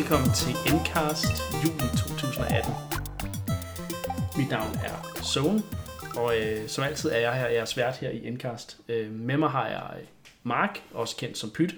velkommen til Endcast juli 2018. Mit navn er Søren, og som altid er jeg her, jeres vært her i Endcast. Med mig har jeg Mark, også kendt som Pyt,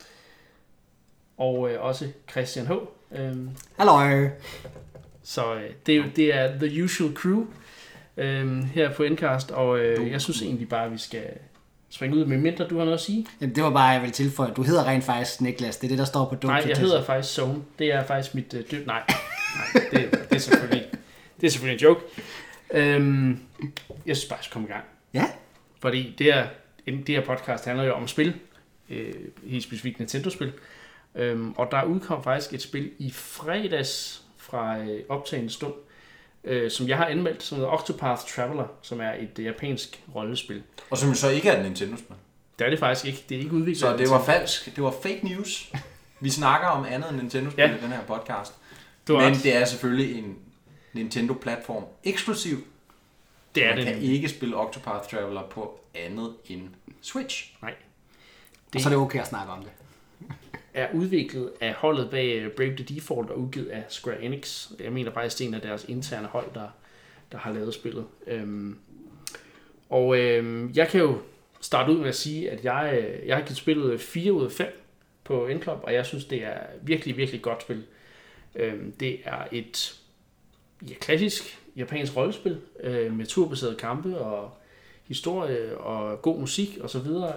og også Christian H. Hallo. Så det er the usual crew her på Endcast, og jeg synes egentlig bare, at vi skal springe ud, med mindre du har noget at sige. Jamen, det var bare, jeg ville tilføje. Du hedder rent faktisk Niklas. Det er det, der står på dåsen. Nej, jeg hedder faktisk Zone. Det er faktisk mit Nej, det er selvfølgelig en joke. Jeg synes bare, jeg skal komme i gang. Ja. Fordi det her podcast handler jo om at spille. Helt specifikt Nintendo-spil. Og der udkom faktisk et spil i fredags fra optagende stund, som jeg har anmeldt, som hedder Octopath Traveler, som er et japansk rollespil. Og som så ikke er et Nintendo-spil. Det er det faktisk ikke. Det er ikke udviklet. Så det var falsk. Det var fake news. Vi snakker om andet end Nintendo-spil i den her podcast. Men det er selvfølgelig en Nintendo-platform eksklusiv. Det er Man kan ikke spille Octopath Traveler på andet end Switch. Nej. Og så er det okay at snakke om det. Er udviklet af holdet bag Brave the Default og udgivet af Square Enix. Jeg mener faktisk, det er en af deres interne hold, der har lavet spillet. Jeg kan jo starte ud med at sige, at jeg har givet spillet 4 ud af 5 på Endclub, og jeg synes, det er virkelig, virkelig godt spil. Det er et klassisk japansk rollespil med turbaserede kampe og historie og god musik og så videre.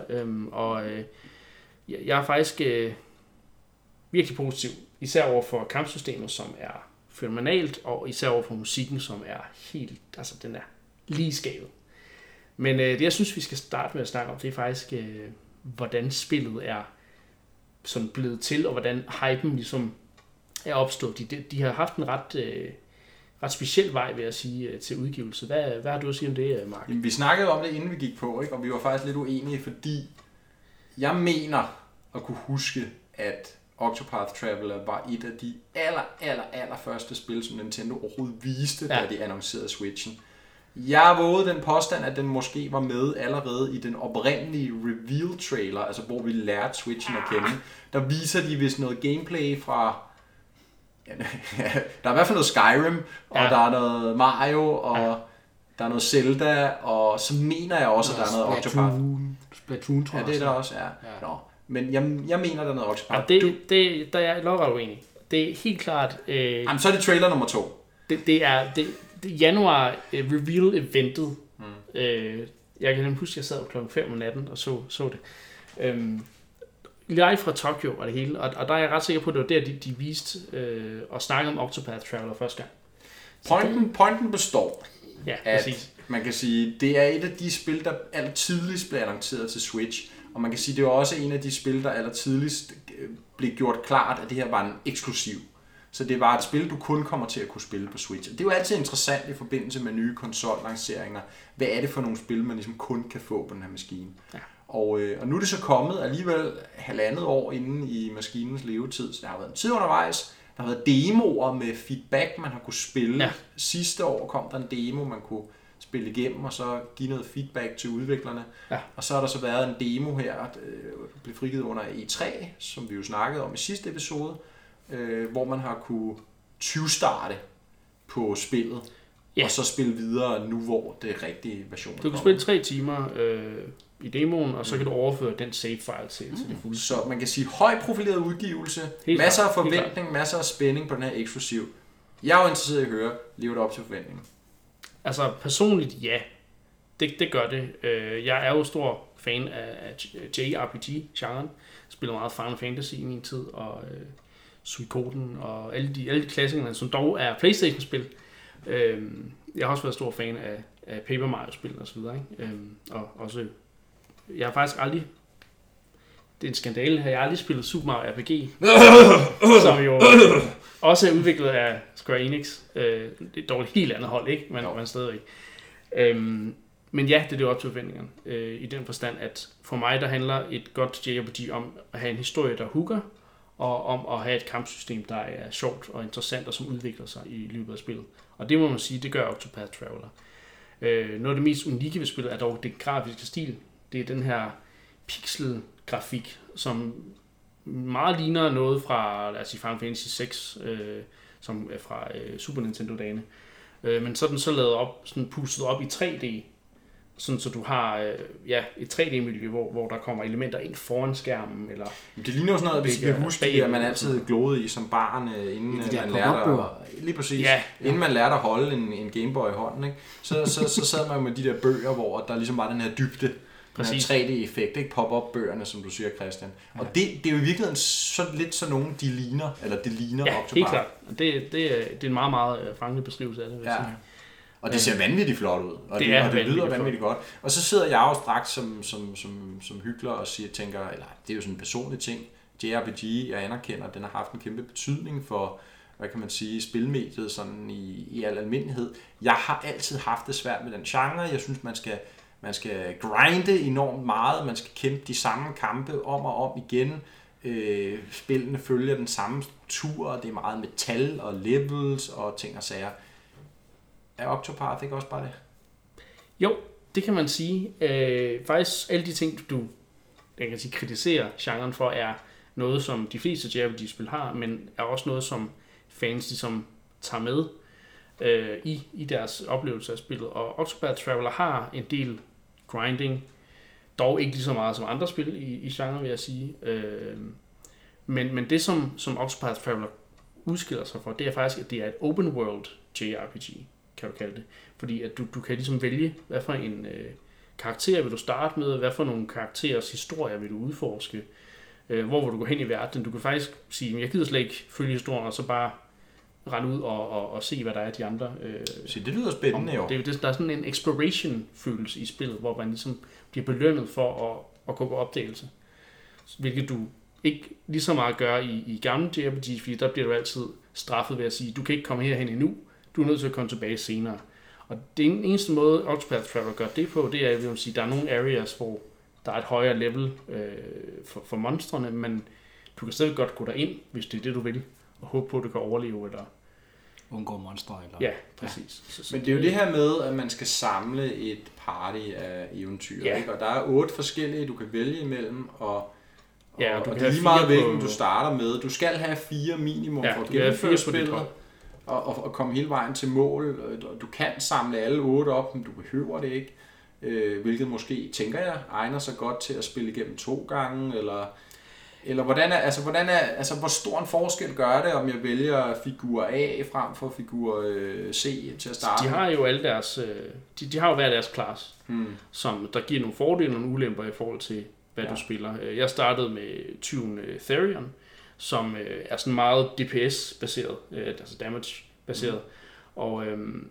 Jeg er faktisk virkelig positiv, især over for kampsystemet, som er fænomenalt, og især over for musikken, som er helt, altså den er lige skabet. Men det jeg synes, vi skal starte med at snakke om, det er faktisk, hvordan spillet er sådan blevet til, og hvordan hypen ligesom er opstået. De har haft en ret speciel vej, vil jeg sige, til udgivelse. Hvad har du at sige om det, Mark? Jamen, vi snakkede om det, inden vi gik på, ikke? Og vi var faktisk lidt uenige, fordi jeg mener at kunne huske, at Octopath Traveler var et af de aller første spil, som Nintendo overhovedet viste, da de annoncerede Switchen. Jeg vågede den påstand, at den måske var med allerede i den oprindelige reveal-trailer, altså hvor vi lærte Switchen at kende. Der viser de vist noget gameplay fra... Ja, der er i hvert fald noget Skyrim, og der er noget Mario, og der er noget Zelda, og så mener jeg også, at der er noget Octopath. Splatoon, tror jeg. Ja, det er der også, ja. Nå. Men jeg mener, der er noget Octopath. Der er jeg lodret uenig. Det er helt klart... Jamen, så er det trailer nummer 2. Det er januar reveal-eventet. Jeg kan huske, at jeg sad klokken 5 om natten og så det. Live fra Tokyo var det hele, og der er jeg ret sikker på, at det var der, de viste og snakkede om Octopath Traveler første gang. Pointen består, at man kan sige, det er et af de spil, der allertidligst blev annonceret til Switch, og man kan sige, det er også en af de spil, der allertidligst blev gjort klart, at det her var en eksklusiv. Så det var et spil, du kun kommer til at kunne spille på Switch. Det er jo altid interessant i forbindelse med nye konsollanceringer. Hvad er det for nogle spil, man ligesom kun kan få på den her maskine? Ja. Og nu er det så kommet alligevel 1,5 år inden i maskinens levetid. Så der har været en tid undervejs. Der har været demoer med feedback, man har kunne spille. Ja. Sidste år kom der en demo, man kunne spille igennem, og så give noget feedback til udviklerne. Ja. Og så har der så været en demo her, der blev frigivet under E3, som vi jo snakkede om i sidste episode, hvor man har kunne 20-starte på spillet, og så spille videre nu, hvor det rigtige version er. Du kan spille 3 timer i demoen, og så kan du overføre den save-file til det fulde. Så man kan sige, højprofileret udgivelse, masser af forventning, masser af spænding på den her eksklusiv. Jeg er jo interesseret i at høre, lever det op til forventningen? Altså personligt, ja. Det gør det. Jeg er jo stor fan af JRPG-genren. Spiller meget Final Fantasy i min tid, og Suikoden og alle de klassikerne, som dog er PlayStation-spil. Jeg har også været stor fan af Paper Mario-spil og så videre, ikke? Og også, jeg har faktisk aldrig, det er en skandale, har jeg aldrig spillet Super Mario RPG, som jo også er udviklet af Square Enix. Det er dog et helt andet hold, ikke? Men stadigvæk. Men ja, det er op til forventningerne. I den forstand, at for mig, der handler et godt JRPG om at have en historie, der hooker, og om at have et kampsystem, der er sjovt og interessant, og som udvikler sig i løbet af spillet. Og det må man sige, det gør Octopath Traveler. Noget af det mest unikke ved spillet er dog den grafiske stil. Det er den her pixelgrafik, som meget ligner noget fra, lad os sige, Final Fantasy 6, som er fra Super Nintendo-dagene. Men så er den så lavet op, sådan pustet op i 3D, sådan så du har et 3D-miljø, hvor der kommer elementer ind foran skærmen. Eller det ligner jo sådan noget, hvis I kan huske, at man altid glodede i som barn, inden man lærte lige præcis, inden man lærte at holde en Gameboy i hånden, ikke? Så sad man med de der bøger, hvor der ligesom var den her dybde, den her 3D-effekt, ikke? Pop-up bøgerne, som du siger, Christian. Og det er jo i virkeligheden lidt så nogen, de ligner, eller det ligner Octopath. Helt klart. Det er en meget, meget fangende beskrivelse af det, vil jeg sige. Og det ser vanvittigt flot ud, og det lyder vanvittigt godt. Og så sidder jeg jo straks som hykler og tænker, eller det er jo sådan en personlig ting, JRPG, jeg anerkender, den har haft en kæmpe betydning for, hvad kan man sige, spilmediet sådan i al almindelighed. Jeg har altid haft det svært med den genre. Jeg synes, man skal grinde enormt meget, man skal kæmpe de samme kampe om og om igen. Spillene følger den samme struktur, det er meget metal og levels og ting og sager. Er Octopath ikke også bare det? Jo, det kan man sige. Faktisk alle de ting, jeg kan sige, kritiserer genren for, er noget, som de fleste JRPG-spil har, men er også noget, som fans ligesom tager med i deres oplevelse af spillet. Og Octopath Traveler har en del grinding, dog ikke lige så meget som andre spil i genren, vil jeg sige. Men det, som Octopath Traveler udskiller sig for, det er faktisk, at det er et open world JRPG, kan du kalde det. Fordi at du kan ligesom vælge, hvad for en karakter vil du starte med, hvad for nogle karakterers historier vil du udforske, hvor vil du gå hen i verden. Du kan faktisk sige, jeg gider slet ikke følge historien, og så bare rende ud og se, hvad der er de andre. Så det lyder spændende jo. Der er sådan en exploration-følelse i spillet, hvor man ligesom bliver belønnet for at gå på opdagelse. Hvilket du ikke lige så meget gør i gamle JRPGs, fordi der bliver du altid straffet ved at sige, du kan ikke komme herhen endnu, du er nødt til at komme tilbage senere. Og det eneste måde, Octopath Traveler gør det på, det er, at sige, der er nogle areas, hvor der er et højere level for monstrene, men du kan stadig godt gå derind, hvis det er det, du vil, og håbe på, at du kan overleve, eller undgå monstre. Eller... Ja, præcis. Ja. Men det er jo det her med, at man skal samle et party af eventyr, ikke? Og der er 8 forskellige, du kan vælge imellem, og det er lige meget hvilken du starter med. Du skal have 4 minimum for at gennemføre spillet, og komme hele vejen til mål. Du kan samle alle 8 op, men du behøver det ikke. Hvilket måske, tænker jeg, egner sig godt til at spille igennem 2 gange, eller hvor stor en forskel gør det, om jeg vælger figur A frem for figur C til at starte? De har jo alle deres, de har jo hver deres class, som der giver nogle fordele og nogle ulemper i forhold til, hvad du spiller. Jeg startede med tyven Therion, som er sådan meget DPS-baseret, altså damage-baseret, og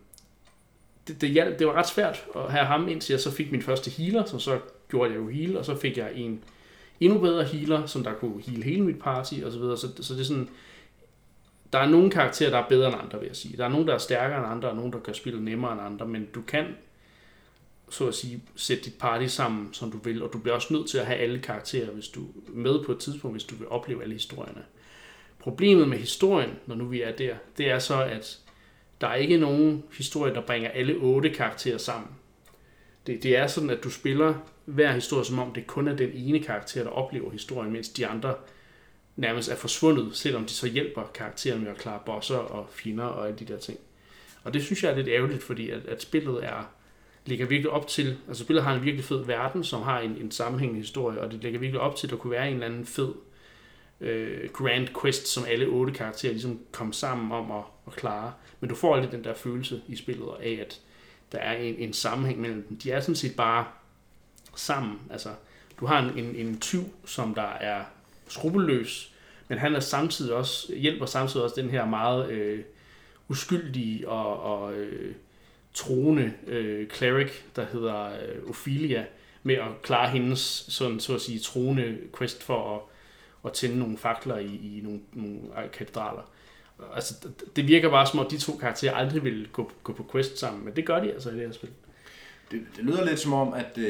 det var ret svært at have ham, indtil jeg så fik min første healer, som så gjorde jeg jo heal, og så fik jeg en endnu bedre healer, som der kunne heal hele mit party, og så videre. Så det er sådan, der er nogle karakterer, der er bedre end andre, vil jeg sige. Der er nogen, der er stærkere end andre, og nogen, der kan spille nemmere end andre, men du kan, så at sige, sætte dit party sammen, som du vil, og du bliver også nødt til at have alle karakterer, hvis du er med på et tidspunkt, hvis du vil opleve alle historierne. Problemet med historien, når nu vi er der, det er så, at der er ikke nogen historie, der bringer alle 8 karakterer sammen. Det er sådan, at du spiller hver historie, som om det kun er den ene karakter, der oplever historien, mens de andre nærmest er forsvundet, selvom de så hjælper karakteren med at klare bosser og fjender og alle de der ting. Og det synes jeg er lidt ærgerligt, fordi at spillet ligger virkelig op til, altså spillet har en virkelig fed verden, som har en sammenhængende historie, og det ligger virkelig op til, at der kunne være en eller anden fed grand quest, som alle 8 karakterer ligesom kom sammen om at klare. Men du får aldrig den der følelse i spillet af, at der er en sammenhæng mellem dem. De er sådan set bare sammen. Altså, du har en tyv, som der er skrupelløs, men han er hjælper samtidig også den her meget uskyldige og troende cleric, der hedder Ophelia, med at klare hendes sådan, så at sige, troende quest for at tænde nogle fakler i nogle katedraler. Altså, det virker bare som om de 2 karakterer aldrig vil gå på quest sammen, men det gør de altså i det her spil. Det lyder lidt som om, at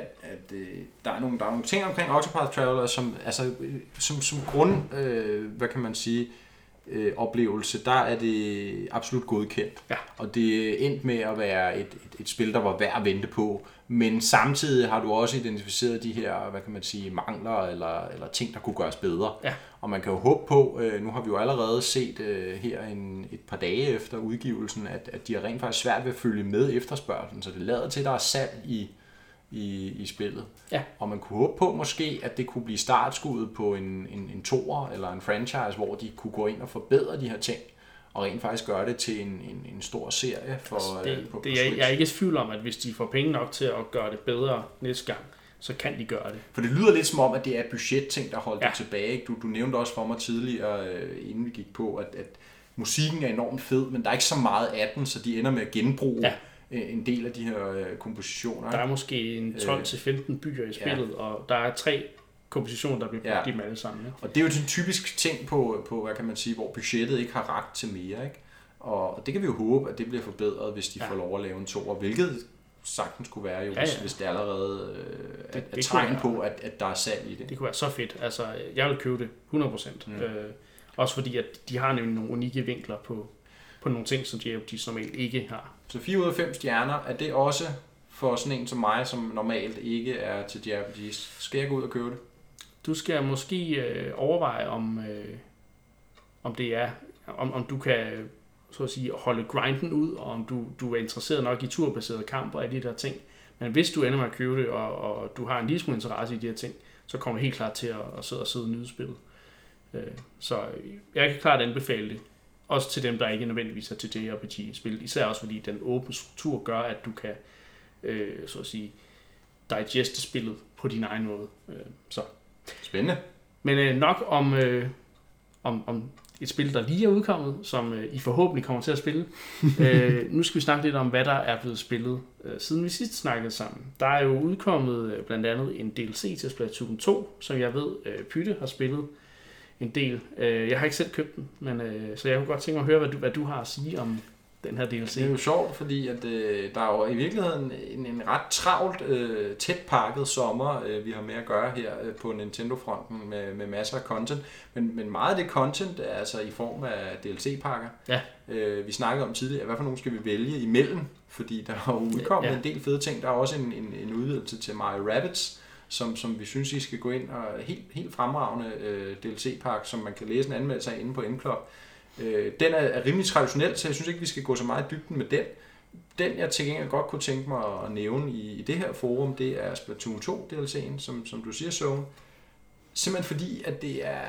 der er nogle ting omkring Octopath Traveler, som grund, hvad kan man sige, oplevelse, der er det absolut godkendt. Ja. Og det endte med at være et spil, der var værd at vente på. Men samtidig har du også identificeret de her, hvad kan man sige, mangler eller ting, der kunne gøres bedre. Ja. Og man kan jo håbe på, nu har vi jo allerede set her et par dage efter udgivelsen, at de har rent faktisk svært ved at følge med efterspørgselen. Så det lader til, at der er salg i spillet. Ja. Og man kunne håbe på måske, at det kunne blive startskuddet på en toer eller en franchise, hvor de kunne gå ind og forbedre de her ting, og rent faktisk gøre det til en stor serie for, på Switch. Jeg er ikke i tvivl om, at hvis de får penge nok til at gøre det bedre næste gang, så kan de gøre det. For det lyder lidt som om, at det er budgetting, der holdt det tilbage. Du nævnte også for mig tidligere, inden vi gik på, at musikken er enormt fed, men der er ikke så meget af den, så de ender med at genbruge en del af de her kompositioner. Der er måske en 12-15 byer i spillet, og der er 3 kompositioner, der bliver brugt i dem alle sammen. Ja. Og det er jo en typisk ting på, hvad kan man sige, hvor budgettet ikke har rakt til mere, ikke? Og det kan vi jo håbe, at det bliver forbedret, hvis de får lov at lave en toer, hvilket sagtens kunne være, jo, hvis det allerede er tegn på, at der er salg i det. Det kunne være så fedt. Altså, jeg vil købe det 100%. Også fordi, at de har nemlig nogle unikke vinkler på nogle ting, som JRPGs normalt ikke har. Så 4 ud af 5 stjerner, er det også for sådan en som mig, som normalt ikke er til JRPGs? Skal jeg gå ud og købe det? Du skal måske overveje, om det er, om du kan så at sige, holde grinden ud, og om du er interesseret nok i turbaserede kamper og de der ting. Men hvis du ender med at købe det, og du har en lille smule interesse i de her ting, så kommer du helt klart til at sidde og nyde spillet. Så jeg kan klart anbefale det. Også til dem, der ikke nødvendigvis er til JRPG-spil. Især også fordi den åbne struktur gør, at du kan så at sige, digeste spillet på din egen måde. Så. Spændende. Men nok om et spil, der lige er udkommet, som I forhåbentlig kommer til at spille. Nu skal vi snakke lidt om, hvad der er blevet spillet, siden vi sidst snakkede sammen. Der er jo udkommet blandt andet en DLC til Splatoon 2, som jeg ved, Pytte har spillet en del. Jeg har ikke selv købt den, men så jeg kunne godt tænke mig at høre, hvad du har at sige om den her DLC. Det er jo sjovt, fordi at, der er jo i virkeligheden en ret travlt, tæt pakket sommer, vi har med at gøre her på Nintendo-fronten med masser af content. Men meget af det content er altså i form af DLC-pakker. Ja. Vi snakkede om tidligere, hvad for nogle skal vi vælge imellem, fordi der er jo udkommet en del fede ting. Der er også en udvidelse til Mario Rabbids, som vi synes, I skal gå ind og helt fremragende DLC-pakke, som man kan læse en anmeldelse af inde på N-Club. Den er rimelig traditionel, så jeg synes ikke, vi skal gå så meget i dybden med den. Den, jeg til gengæld godt kunne tænke mig at nævne i det her forum, det er Splatoon 2 DLC'en, som du siger, Søren. Simpelthen fordi, at det er...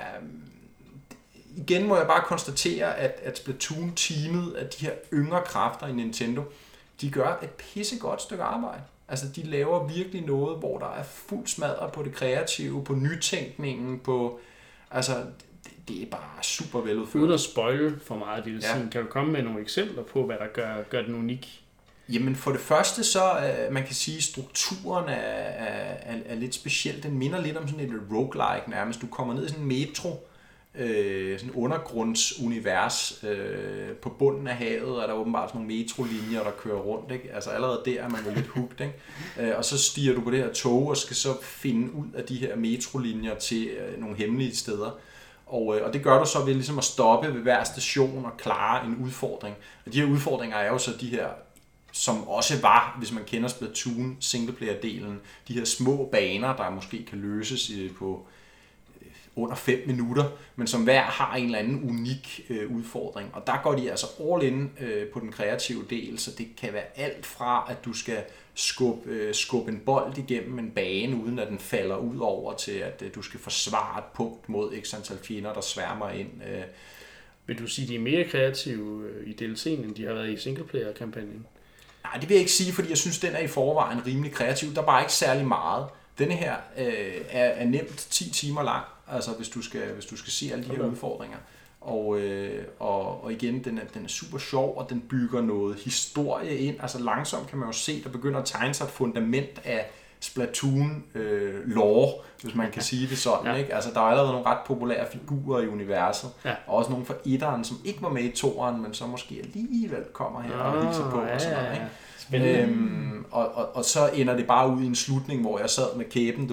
Igen må jeg bare konstatere, at Splatoon-teamet af de her yngre kræfter i Nintendo, de gør et pissegodt stykke arbejde. Altså, de laver virkelig noget, hvor der er fuld smadret på det kreative, på nytænkningen, på... Altså, det er bare super veludført. Uden at spoile for meget af det, kan du komme med nogle eksempler på, hvad der gør den unik? Jamen for det første så, man kan sige, at strukturen er lidt speciel. Den minder lidt om sådan et roguelike nærmest. Du kommer ned i sådan en metro, sådan undergrundsunivers på bunden af havet, og der er åbenbart sådan nogle metrolinjer, der kører rundt. Ikke? Altså allerede der er man jo lidt hooked. Ikke? Og så stiger du på det her tog og skal så finde ud af de her metrolinjer til nogle hemmelige steder. Og det gør du så ved ligesom at stoppe ved hver station og klare en udfordring. Og de her udfordringer er jo så de her, som også var, hvis man kender Splatoon singleplayer-delen, de her små baner, der måske kan løses på under 5 minutter, men som hver har en eller anden unik udfordring. Og der går de altså all in på den kreative del, så det kan være alt fra, at du skal skubbe en bold igennem en bane, uden at den falder ud over, til at du skal forsvare et punkt mod x antal fjender, der sværmer ind. Vil du sige, at de er mere kreative i DLC'en, end de har været i singleplayer-kampagnen? Nej, det vil jeg ikke sige, fordi jeg synes, den er i forvejen rimelig kreativ. Der er bare ikke særlig meget. Denne her er nemt 10 timer lang, altså hvis du skal se alle de her udfordringer. Og igen, den er super sjov, og den bygger noget historie ind. Altså langsomt kan man jo se, der begynder at tegne sig et fundament af Splatoon lore, hvis man kan sige det sådan. Ikke? Altså der er allerede nogle ret populære figurer i universet, og også nogle fra etteren, som ikke var med i toeren, men så måske alligevel kommer her og hilser på og sådan noget. Ikke? Og så ender det bare ud i en slutning, hvor jeg sad med kæben, du ved,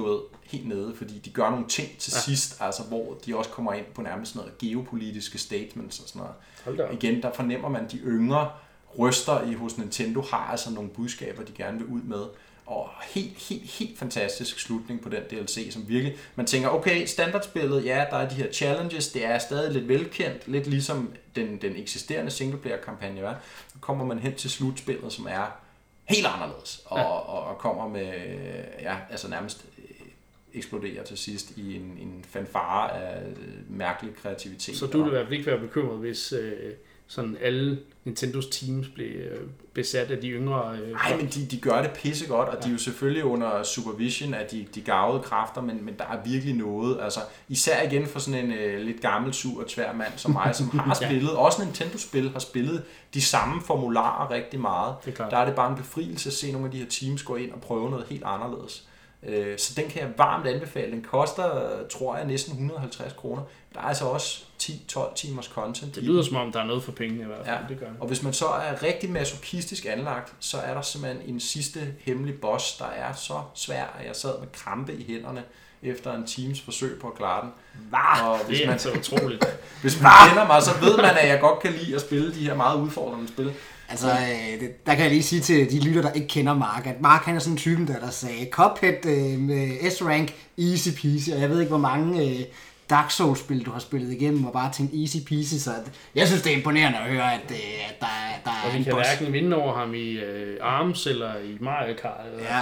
helt nede, fordi de gør nogle ting til sidst, altså hvor de også kommer ind på nærmest noget geopolitiske statements og sådan noget. Igen, der fornemmer man, de yngre røster hos Nintendo har altså nogle budskaber, de gerne vil ud med. Og helt fantastisk slutning på den DLC, som virkelig, man tænker, okay, standardspillet, ja, der er de her challenges, det er stadig lidt velkendt, lidt ligesom den eksisterende singleplayer-kampagne, ja. Så kommer man hen til slutspillet, som er helt anderledes, og kommer med, ja, altså nærmest eksploderer til sidst i en fanfare af mærkelig kreativitet. Så du vil i hvert fald ikke være bekymret, hvis sådan alle Nintendos teams blev besat af de yngre... Nej, men de gør det pissegodt, og de er jo selvfølgelig under supervision af de gavede kræfter, men der er virkelig noget. Altså, især igen for sådan en lidt gammel, sur og tvær mand som mig, som har spillet, også Nintendo-spil har spillet de samme formularer rigtig meget. Der er det bare en befrielse at se nogle af de her teams gå ind og prøve noget helt anderledes. Så den kan jeg varmt anbefale. Den koster, tror jeg, næsten 150 kroner. Der er altså også 10-12 timers content. Det lyder som om, der er noget for pengene i hvert fald. Ja. Det gør det. Og hvis man så er rigtig masochistisk anlagt, så er der simpelthen en sidste hemmelig boss, der er så svær, at jeg sad med krampe i hænderne efter en times forsøg på at klare den. Og hvis det er så utroligt. Hvis man kender mig, så ved man, at jeg godt kan lide at spille de her meget udfordrende spil. Altså, der kan jeg lige sige til de lytter, der ikke kender Mark, at Mark han er sådan en typen, der sagde Cuphead med S-rank, easy peasy, og jeg ved ikke, hvor mange Dark Souls-spil, du har spillet igennem, og bare tænkt easy peasy, så jeg synes, det er imponerende at høre, at der er og vi kan hverken vinde over ham i ARMS eller i Mario Kart,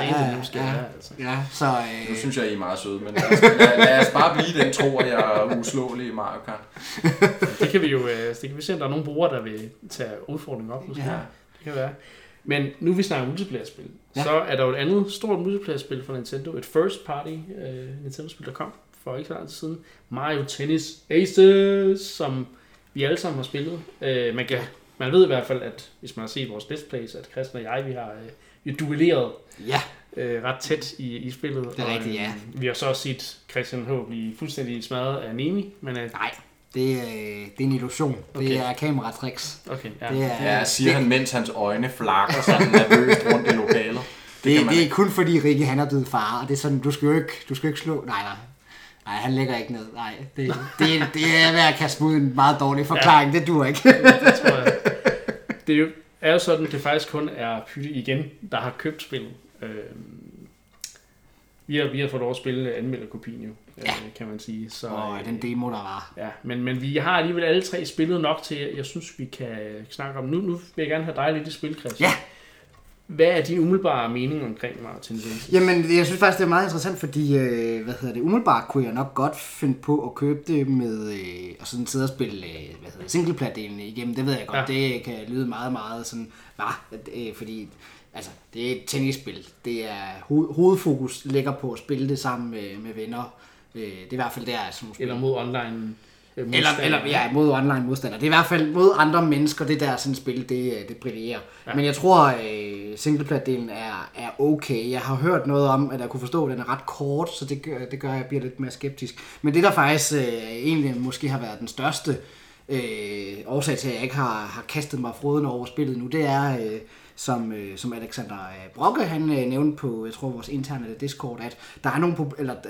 så... Nu synes jeg, I er meget søde, men lad os bare blive den tro, at jeg er uslåelig i Mario Kart. Det kan vi jo se, om der er nogle brugere, der vil tage udfordringen op. Måske. Ja. Det kan være. Men nu vi snakker multiplayer-spil, så er der jo et andet stort multiplayer-spil fra Nintendo, et first party Nintendo-spil, der kom for ikke så lang tid siden. Mario Tennis Aces, som vi alle sammen har spillet. Man ved i hvert fald, at hvis man har set vores Let's Plays, at Christian og jeg, vi har duelleret ret tæt i spillet. Det er rigtigt, ja. Vi har så også set Christian H. blive fuldstændig smadret af Nemi. Men, nej, det er en illusion. Okay. Det er kameratricks. Okay, siger han, mens hans øjne flakker sådan nervøst rundt i lokalet. Det er kun fordi Rikke, han er blevet far, og det er sådan, du skal jo ikke slå. Nej, han lægger ikke ned. Nej, det er ved at kaste ud en meget dårlig forklaring. Det duer ikke. Det tror jeg. Det er jo sådan, det faktisk kun er Pytte igen, der har købt spillet. Vi har fået lov at spille anmelderkopien jo, kan man sige. Så, den demo, der var. Ja, men vi har alligevel alle tre spillet nok til, jeg synes, vi kan snakke om. Nu vil jeg gerne have dig lidt i spil, Christian. Ja. Hvad er din umiddelbare mening omkring Martin Vinci? Jamen, jeg synes faktisk, det er meget interessant, fordi, umiddelbart kunne jeg nok godt finde på at købe det med, og sådan sidde og spille, singleplayer-delen igennem. Det ved jeg godt, det kan lyde meget, meget sådan, fordi, altså, det er et tennisspil. Det er, hovedfokus ligger på at spille det sammen med venner. Det er i hvert fald der, sådan spil. Eller mod online mod online modstandere. Det er i hvert fald mod andre mennesker, det der sådan spil, det brillerer. Ja. Men jeg tror, singleplayer-delen er okay. Jeg har hørt noget om, at jeg kunne forstå, at den er ret kort, så det gør, at jeg bliver lidt mere skeptisk. Men det, der faktisk egentlig måske har været den største årsag til, at jeg ikke har kastet mig froden over spillet nu, det er, som Alexander Brocke, han nævnte på, jeg tror, vores interne Discord, at der er nogle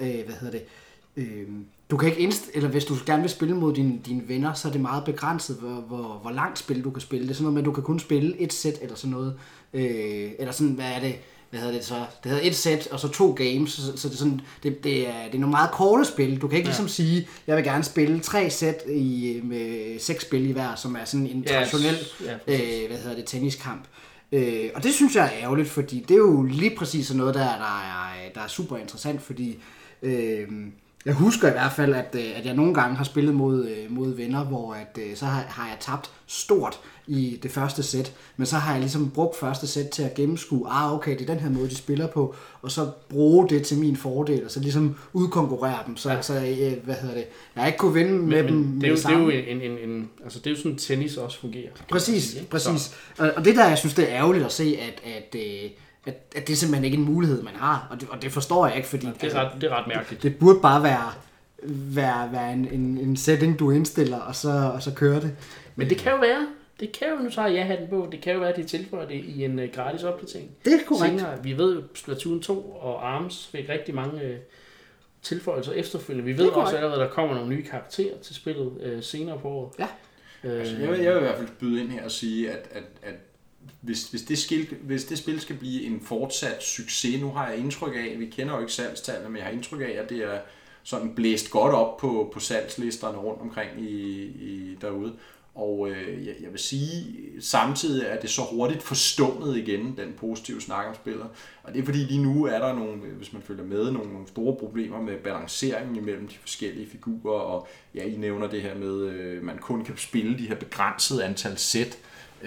du kan ikke eller hvis du gerne vil spille mod dine venner, så er det meget begrænset, hvor langt spil du kan spille. Det er sådan noget med, at du kan kun spille et sæt eller sådan noget. Eller sådan, hvad hedder det så? Det hedder et sæt, og så 2 games, så det er sådan, det er nogle meget korte spil. Du kan ikke ligesom sige, jeg vil gerne spille 3 sæt med 6 spil i hver, som er sådan en traditionel, tenniskamp. Og det synes jeg er ærgerligt, fordi det er jo lige præcis sådan noget, der er super interessant, fordi jeg husker i hvert fald, at jeg nogle gange har spillet mod venner, hvor så har jeg tabt stort i det første sæt, men så har jeg ligesom brugt første sæt til at gennemskue, okay, det er den her måde, de spiller på, og så bruge det til min fordel, og så ligesom udkonkurrere dem, så jeg ikke kunne vinde med dem. Det er jo altså det er jo sådan, tennis også fungerer. Præcis. Og det der, jeg synes, det er ærgerligt at se, at det simpelthen ikke er en mulighed, man har, og det forstår jeg ikke, fordi det er ret mærkeligt. Det burde bare være en setting, du indstiller, og så kører det. Men det kan jo være, nu tager jeg hatten på, det kan jo være, at de tilføjer det i en gratis opdatering. Det er korrekt. Senere, vi ved jo, Splatoon 2 og ARMS fik rigtig mange tilføjelser efterfølgende. Vi ved også allerede, at der kommer nogle nye karakterer til spillet senere på året. Ja. Altså, jeg vil i hvert fald byde ind her og sige, at hvis det spil skal blive en fortsat succes, nu har jeg indtryk af, vi kender jo ikke salgstallene, men jeg har indtryk af, at det er sådan blæst godt op på salgslisterne rundt omkring derude. Og jeg vil sige, samtidig er det så hurtigt forstummet igen, den positive snak om spillet. Og det er fordi lige nu er der nogle, hvis man følger med, nogle store problemer med balanceringen imellem de forskellige figurer. Og ja, I nævner det her med, man kun kan spille de her begrænsede antal sæt.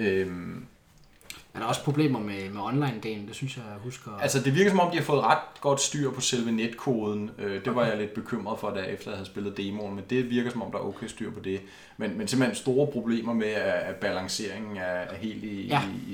Er der også problemer med online-delen? Det synes jeg husker. Altså det virker som om, de har fået ret godt styr på selve netkoden. Det var jeg lidt bekymret for, da efter jeg havde spillet demoen, men det virker som om, der er okay styr på det. Men simpelthen store problemer med, at balanceringen er helt i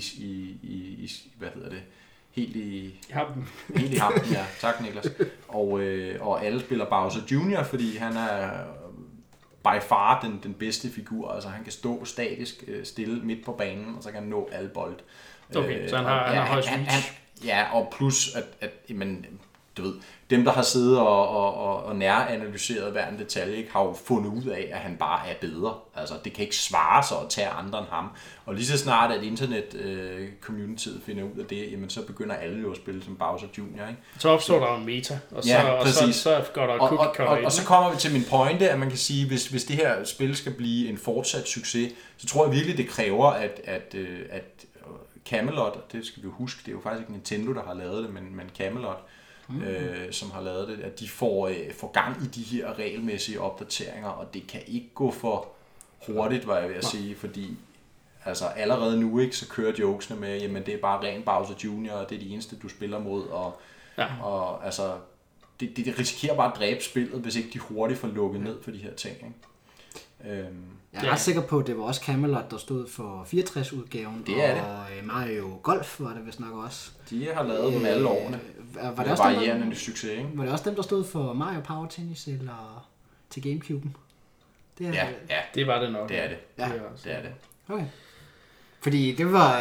hvad hedder det? Helt i hampen, ja. Tak, Niklas. Og alle spiller Bowser Jr., fordi han er by far den bedste figur. Altså han kan stå statisk stille midt på banen, og så kan han nå alle bold. Okay, så han har højst reach. Ja, og plus at du ved, dem der har siddet og næranalyseret hver en detalje, ikke, har jo fundet ud af, at han bare er bedre. Altså det kan ikke svare sig at tage andre end ham. Og lige så snart at internet communityet finder ud af det, jamen så begynder alle jo at spille som Bowser Jr., ikke? Så opstår der en meta, og så går der cookie cutter. Og så kommer vi til min pointe, at man kan sige, hvis det her spil skal blive en fortsat succes, så tror jeg virkelig det kræver at Camelot, det skal vi jo huske, det er jo faktisk ikke Nintendo, der har lavet det, men Camelot, som har lavet det, at de får gang i de her regelmæssige opdateringer, og det kan ikke gå for hurtigt, var jeg ved at sige, fordi altså allerede nu ikke, så kører jokesene med, jamen det er bare ren Bowser Jr., og det er de eneste, du spiller mod, og altså, det risikerer bare at dræbe spillet, hvis ikke de hurtigt får lukket ned for de her ting, ikke? Jeg er ret sikker på, at det var også Camelot, der stod for 64-udgaven, og Mario Golf var det vist nok også. De har lavet dem alle årene. Var det også varierende succes, ikke? Var det også dem, der stod for Mario Power Tennis eller til Gamecube'en? Ja, det var det nok. Det er det. Ja. Det er det. Okay. Jeg det var...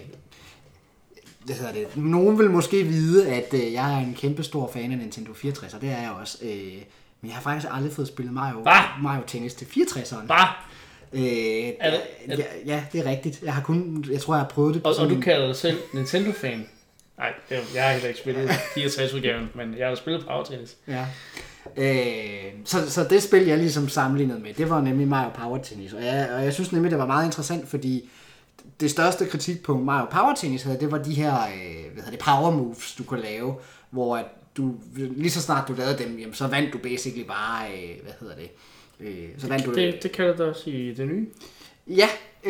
Nogen vil måske vide, at jeg er en kæmpe stor fan af Nintendo 64, og det er jeg også. Men jeg har faktisk aldrig fået spillet Mario Tennis til 64'eren. Ja, det er rigtigt. Jeg tror, jeg har prøvet det. Og du kalder dig selv Nintendo-fan? Nej, jeg har heller ikke spillet 64-udgaven, men jeg har spillet Power Tennis. Ja. Så det spil, jeg ligesom sammenlignede med, det var nemlig Mario Power Tennis. Og jeg synes nemlig, det var meget interessant, fordi det største kritikpunkt Mario Power Tennis havde, det var de her power moves, du kunne lave, hvor at du, lige så snart du lavede dem, jamen, så vandt du basically bare, så vandt du... Det kalder det også i det nye? Ja,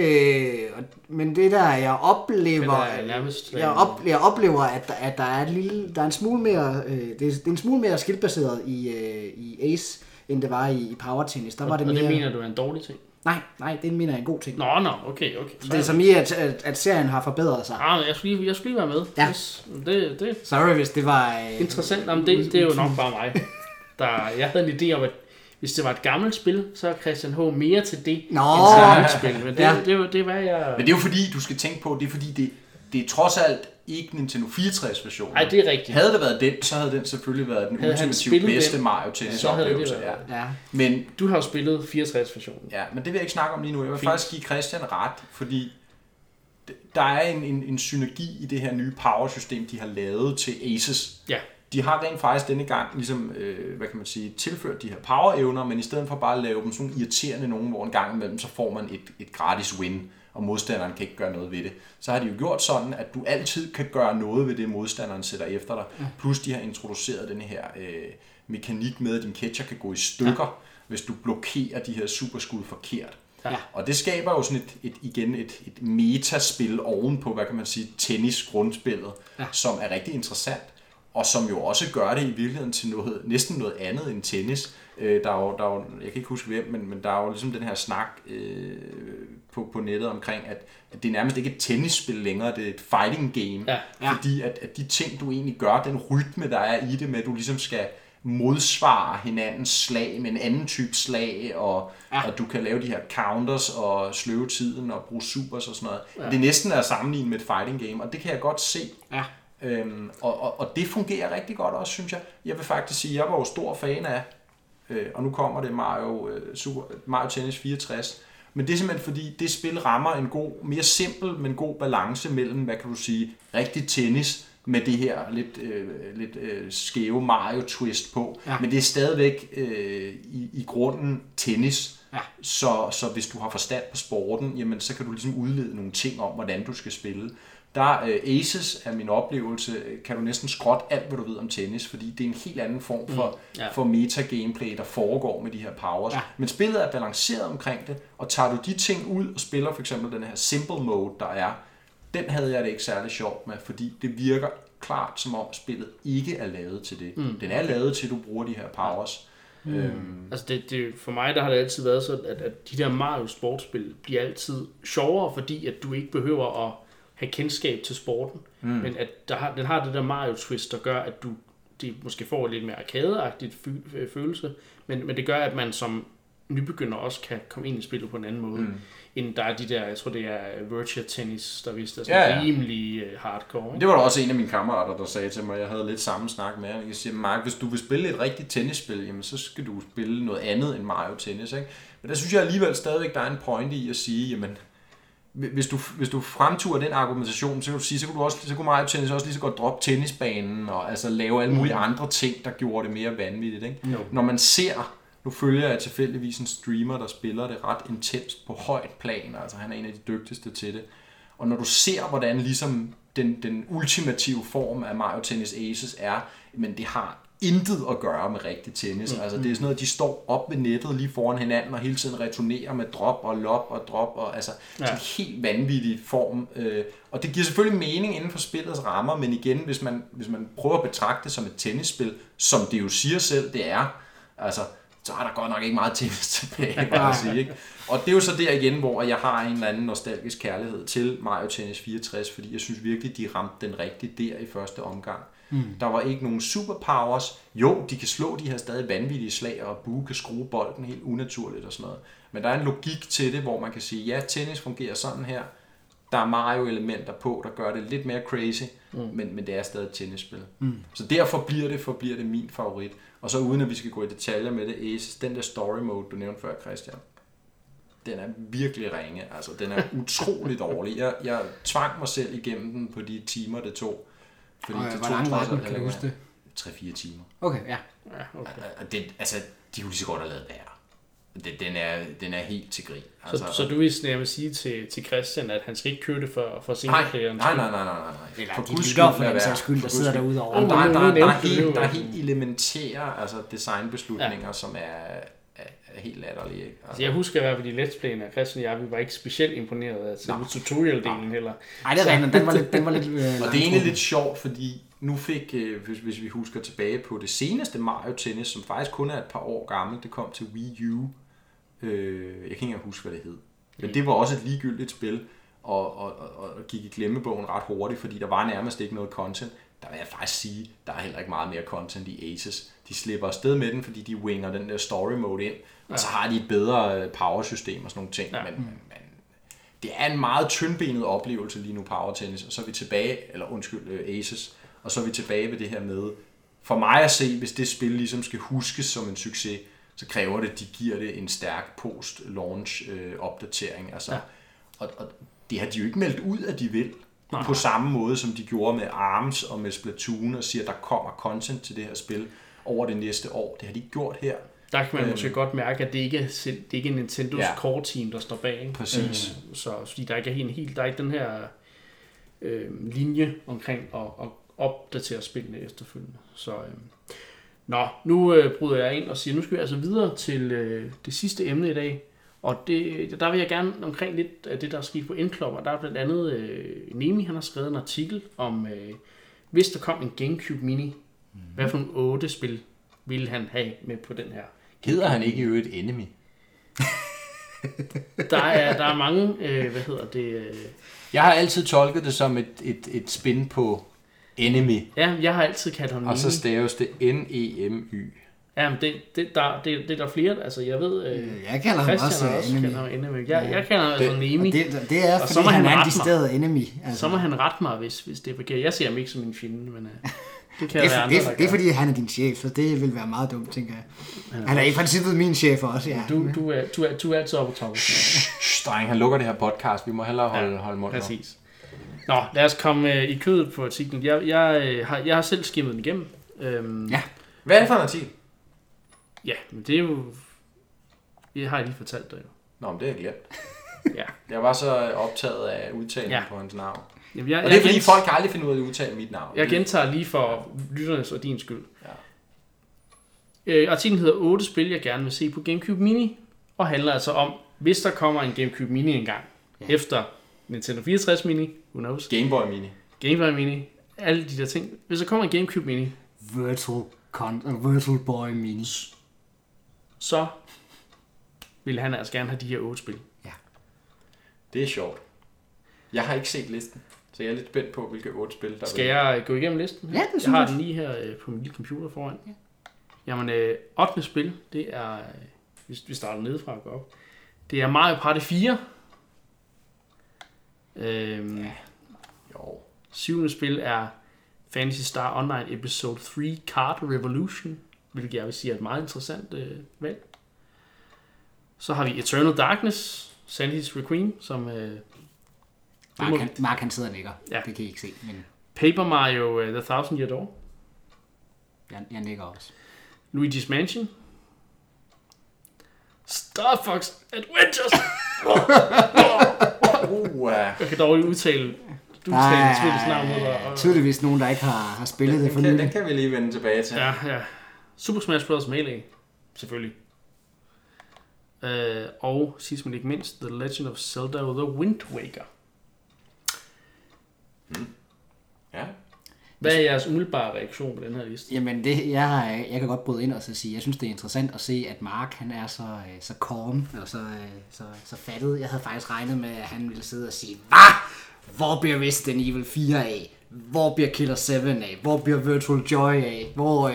men det der, jeg oplever, jeg oplever, at der er en smule mere, det er en smule mere skillbaseret i Ace, end det var i Power Tennis. Der var det mere... det mener du er en dårlig ting? Nej, det mener jeg er en god ting. Nå, okay. Det er som i, at serien har forbedret sig. Jeg skulle lige være med. Ja. Det. Sorry, hvis det var... Interessant. Jamen, det er jo nok bare mig. Jeg havde en idé om, at hvis det var et gammelt spil, så er Christian H. mere til det, end til et nyt spil. Men det var jeg... Men det er jo fordi, du skal tænke på, det er fordi, det er trods alt ikke Nintendo 64-versionen. Nej, det er rigtigt. Havde det været den, så havde den selvfølgelig været den ultimativt bedste Mario Tennis-oplevelse. Ja. Men du har jo spillet 64-versionen. Ja, men det vil jeg ikke snakke om lige nu. Jeg vil faktisk give Christian ret, fordi der er en synergi i det her nye power-system, de har lavet til Aces. Ja. De har rent faktisk denne gang ligesom, tilført de her power-evner, men i stedet for bare at lave dem sådan irriterende nogen, hvor en gang imellem, så får man et gratis win, og modstanderen kan ikke gøre noget ved det. Så har de jo gjort sådan, at du altid kan gøre noget ved det, modstanderen sætter efter dig. Ja. Plus de har introduceret den her mekanik med, at din catcher kan gå i stykker, hvis du blokerer de her superskud forkert. Ja. Og det skaber jo sådan et metaspil ovenpå, hvad kan man sige, tennis-grundspillet, som er rigtig interessant. Og som jo også gør det i virkeligheden til næsten noget andet end tennis. Der er jo, jeg kan ikke huske hvem, men der er jo ligesom den her snak på nettet omkring, at det er nærmest ikke et tennisspil længere, det er et fighting game. Ja. Fordi at de ting, du egentlig gør, den rytme, der er i det med, at du ligesom skal modsvare hinandens slag med en anden type slag, og du kan lave de her counters og sløve tiden og bruge supers og sådan noget. Ja. Det næsten er sammenlignet med et fighting game, og det kan jeg godt se. Ja. Og det fungerer rigtig godt også, synes jeg. Jeg vil faktisk sige, at jeg var jo stor fan af, og nu kommer det Mario Tennis 64, men det er simpelthen fordi, det spil rammer en mere simpel, men god balance mellem, hvad kan du sige, rigtig tennis, med det her lidt skæve Mario-twist på. Ja. Men det er stadigvæk i grunden tennis. Ja. Så hvis du har forstand på sporten, jamen, så kan du ligesom udlede nogle ting om, hvordan du skal spille. Aces er min oplevelse, kan du næsten skrotte alt, hvad du ved om tennis, fordi det er en helt anden form for meta-gameplay, der foregår med de her powers. Ja. Men spillet er balanceret omkring det, og tager du de ting ud og spiller for eksempel den her simple mode, der er, den havde jeg det ikke særlig sjovt med, fordi det virker klart, som om spillet ikke er lavet til det. Den er lavet til, at du bruger de her powers. Altså det, for mig der har det altid været sådan, at de der Mario sportspil bliver altid sjovere, fordi at du ikke behøver at have kendskab til sporten, men at den har det der Mario-twist, der gør, at det måske får lidt mere arcade-agtigt følelse, men det gør, at man som nybegynder også kan komme ind i spillet på en anden måde, end der er de der, jeg tror det er Virtua Tennis, der vist er sådan rimelig hardcore. Ikke? Det var der også en af mine kammerater, der sagde til mig, jeg havde lidt samme snak med ham. Jeg siger, Mark, hvis du vil spille et rigtigt tennisspil, jamen så skal du spille noget andet end Mario Tennis. Ikke? Men der synes jeg alligevel stadigvæk, der er en pointe i at sige, jamen, hvis du fremturer den argumentation, så kan du sige, så kunne Mario Tennis også lige så godt droppe tennisbanen, og altså lave alle mulige andre ting, der gjorde det mere vanvittigt. Ikke? No. Når man ser, nu følger jeg tilfældigvis en streamer, der spiller det ret intenst på højt plan, altså han er en af de dygtigste til det, og når du ser, hvordan ligesom den ultimative form af Mario Tennis Aces er, men det har intet at gøre med rigtig tennis. Altså det er sådan noget, de står op ved nettet lige foran hinanden og hele tiden returnerer med drop og lob og drop og altså sådan en helt vanvittig form. Og det giver selvfølgelig mening inden for spillets rammer, men igen, hvis man prøver at betragte det som et tennisspil, som det jo siger selv, det er, altså så er der godt nok ikke meget tennis tilbage, bare at sige, ikke? Og det er jo så der igen, hvor jeg har en eller anden nostalgisk kærlighed til Mario Tennis 64, fordi jeg synes virkelig, de ramte den rigtige der i første omgang. Der var ikke nogen superpowers. Jo, de kan slå de her stadig vanvittige slag, og Boo kan skrue bolden helt unaturligt og sådan noget. Men der er en logik til det, hvor man kan sige, ja, tennis fungerer sådan her. Der er Mario-elementer på, der gør det lidt mere crazy, men det er stadig et tennisspil. Så derfor bliver det min favorit. Og så uden at vi skal gå i detaljer med det, Aces, den der story mode, du nævnte før, Christian, den er virkelig ringe. Altså, den er utrolig dårlig. Jeg tvang mig selv igennem den på de timer, det tog. Fordi det hvor lang var den, kan du huske det? 3-4 timer. Okay, ja. Okay. Det, altså, de kunne lige så godt have lavet værre. Den er helt til grin. Altså, så du vil nærmest sige til Christian, at han skal ikke købe det for singleplayeren? Nej. Eller de lytter for den sags skyld, der sidder derude over. Der er helt elementære altså designbeslutninger, som er helt latterlige. Altså, jeg husker i hvert fald de Let's Play'ene af Christian og jeg, vi var ikke specielt imponeret af selve tutorial-delen heller. Nej, det er rigtigt, den var lidt og det er egentlig lidt sjovt, fordi nu fik, hvis vi husker tilbage på det seneste Mario Tennis, som faktisk kun er et par år gammelt, det kom til Wii U. Jeg kan ikke engang huske, hvad det hed. Men det var også et ligegyldigt spil, og gik i glemmebogen ret hurtigt, fordi der var nærmest ikke noget content. Der vil jeg faktisk sige, der er heller ikke meget mere content i Aces. De slipper afsted med den, fordi de winger den der story mode ind, og så har de et bedre powersystem og sådan nogle ting. Ja. Men det er en meget tyndbenet oplevelse lige nu, power tennis, og så er vi tilbage, Aces, og så er vi tilbage ved det her med, for mig at se, hvis det spil ligesom skal huskes som en succes, så kræver det, at de giver det en stærk post-launch opdatering. Altså, og det har de jo ikke meldt ud, at de vil. På samme måde, som de gjorde med ARMS og med Splatoon, og siger, at der kommer content til det her spil over det næste år. Det har de ikke gjort her. Der kan man måske godt mærke, at det ikke er Nintendos core-team, der står bag. Ikke? Præcis. Så fordi der ikke er der er ikke den her linje omkring at opdatere spillene efterfølgende. Så nu bryder jeg ind og siger, nu skal vi altså videre til det sidste emne i dag. Og der vil jeg gerne omkring lidt af det, der er sket på Endklubber. Der er blandt andet Nemi, han har skrevet en artikel om, hvis der kom en GameCube Mini, hvad for nogle 8 spil ville han have med på den her? Hedder han ikke i øvrigt Enemy? der er mange, Jeg har altid tolket det som et spin på Enemy. Ja, jeg har altid kaldt ham Nemi. Og så staves det N-E-M-Y. Jamen, det er der flere, altså jeg ved... jeg kalder ham også enemy. Jeg kalder ham altså Nemi. Det er, fordi han er en decideret enemy. Altså. Så må han rette mig, hvis det er forkert. Jeg ser ham ikke som min fjende, men det kan være andre, det er fordi, han er din chef, så det vil være meget dumt, tænker jeg. Han er i princippet min chef også, ja. Du er altid oppe på toppen. Dreng, han lukker det her podcast. Vi må hellere holde munden. Præcis. Nå, lad os komme i kødet på artiklen. Jeg har selv skimmet den igennem. Ja. Hvad er det for en artikel? Ja, men det er jo... Jeg har lige fortalt dig jo. Nå, men det er glemt. Ja. Jeg var så optaget af udtalen på hans navn. Jamen, og det er fordi, folk kan aldrig finde ud af at udtale mit navn. Jeg gentager lige for lytternes og din skyld. Ja. Artiklen hedder 8 spil, jeg gerne vil se på GameCube Mini. Og handler altså om, hvis der kommer en GameCube Mini engang. Ja. Efter Nintendo 64 Mini. Who knows? Game Boy Mini. Game Boy Mini. Alle de der ting. Hvis der kommer en GameCube Mini. Virtual Boy Mini. Så vil han altså gerne have de her 8 spil. Ja. Det er sjovt. Jeg har ikke set listen, så jeg er lidt spændt på, hvilke 8 spil der Skal jeg gå igennem listen? Ja, det synes jeg. Har den lige her på min lille computer foran. Ja. Jamen, 8. spil, det er, hvis vi starter nedefra og går op, det er Mario Party 4. Jo. 7. spil er Phantasy Star Online Episode 3 Card Revolution, hvilket jeg vil sige er et meget interessant valg. Så har vi Eternal Darkness, Sandy's Requiem, som... Mark han sidder og nikker. Ja. Det kan I ikke se. Men... Paper Mario The Thousand Year Door. Jeg nikker også. Luigi's Mansion. Star Fox Adventures. Jeg kan dårligt udtale spillets navn. Tydeligvis nogen, der ikke har spillet det for nylig. Den kan vi lige vende tilbage til. Ja. Super Smash Bros. Melee. Selvfølgelig. Og sidst men ikke mindst, The Legend of Zelda The Wind Waker. Ja. Hvad er jeres umiddelbare reaktion på den her liste? Jamen, jeg kan godt bryde ind og så sige, jeg synes, det er interessant at se, at Mark, han er så calm og så fattet. Jeg havde faktisk regnet med, at han ville sidde og sige, hvad? Hvor bliver Resident Evil 4 af? Hvor bliver Killer 7 af? Hvor bliver Virtual Joy af? Hvor,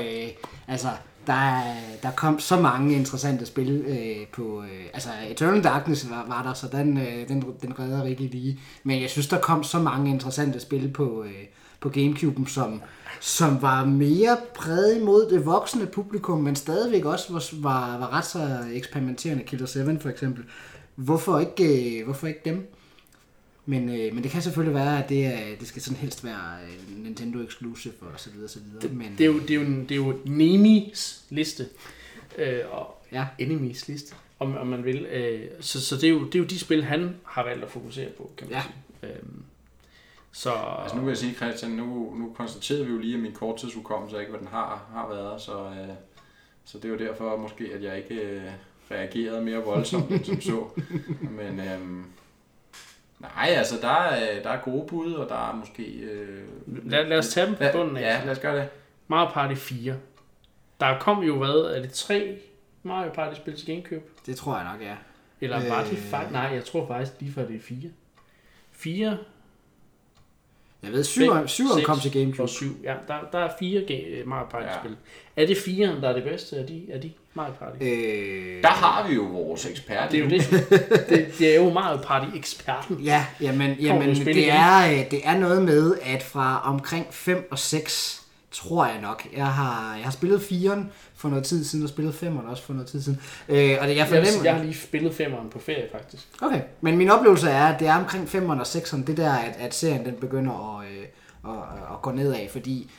der kom så mange interessante spil på... Eternal Darkness var der, så den redder rigtig lige. Men jeg synes, der kom så mange interessante spil på GameCube, som var mere præget imod det voksne publikum, men stadigvæk også var ret så eksperimenterende. Killer 7 for eksempel. Hvorfor ikke dem? Men det kan selvfølgelig være, at det skal sådan helst være Nintendo exclusive og så videre, så videre. Men det er jo Nemis liste og Enemies liste, om man vil. Så det er jo de spil, han har valgt at fokusere på, kan man sige. Så altså nu vil jeg sige, Christian, nu konstaterede vi jo lige, at min korttidsudkommelse ikke, hvad den har været, så det er jo derfor måske, at jeg ikke reagerede mere voldsomt, end som så. Men nej, altså der er gode bud, og der er måske... Lad os tage dem på bunden af. Ja, lad os gøre det. Mario Party 4. Der kom jo, er det 3 Mario Party spil til GameCube? Det tror jeg nok, ja. Eller var det faktisk... Nej, jeg tror faktisk lige før det er 4. 4... Jeg ved, 7'eren kom til GameCube. Og 7, ja. Der er 4 Mario Party-spil. Er det 4'eren, der er det bedste af de Mario Party? Der har vi jo vores ekspert. Det er jo det er jo Mario Party-eksperten. Ja, jamen det er noget med, at fra omkring 5 og 6, tror jeg nok. Jeg har spillet 4'eren for noget tid siden, og spillet 5'eren også for noget tid siden. Jeg har lige spillet 5'eren på ferie, faktisk. Okay, men min oplevelse er, at det er omkring 5'eren og 6'eren, det der, at serien den begynder at gå nedad, fordi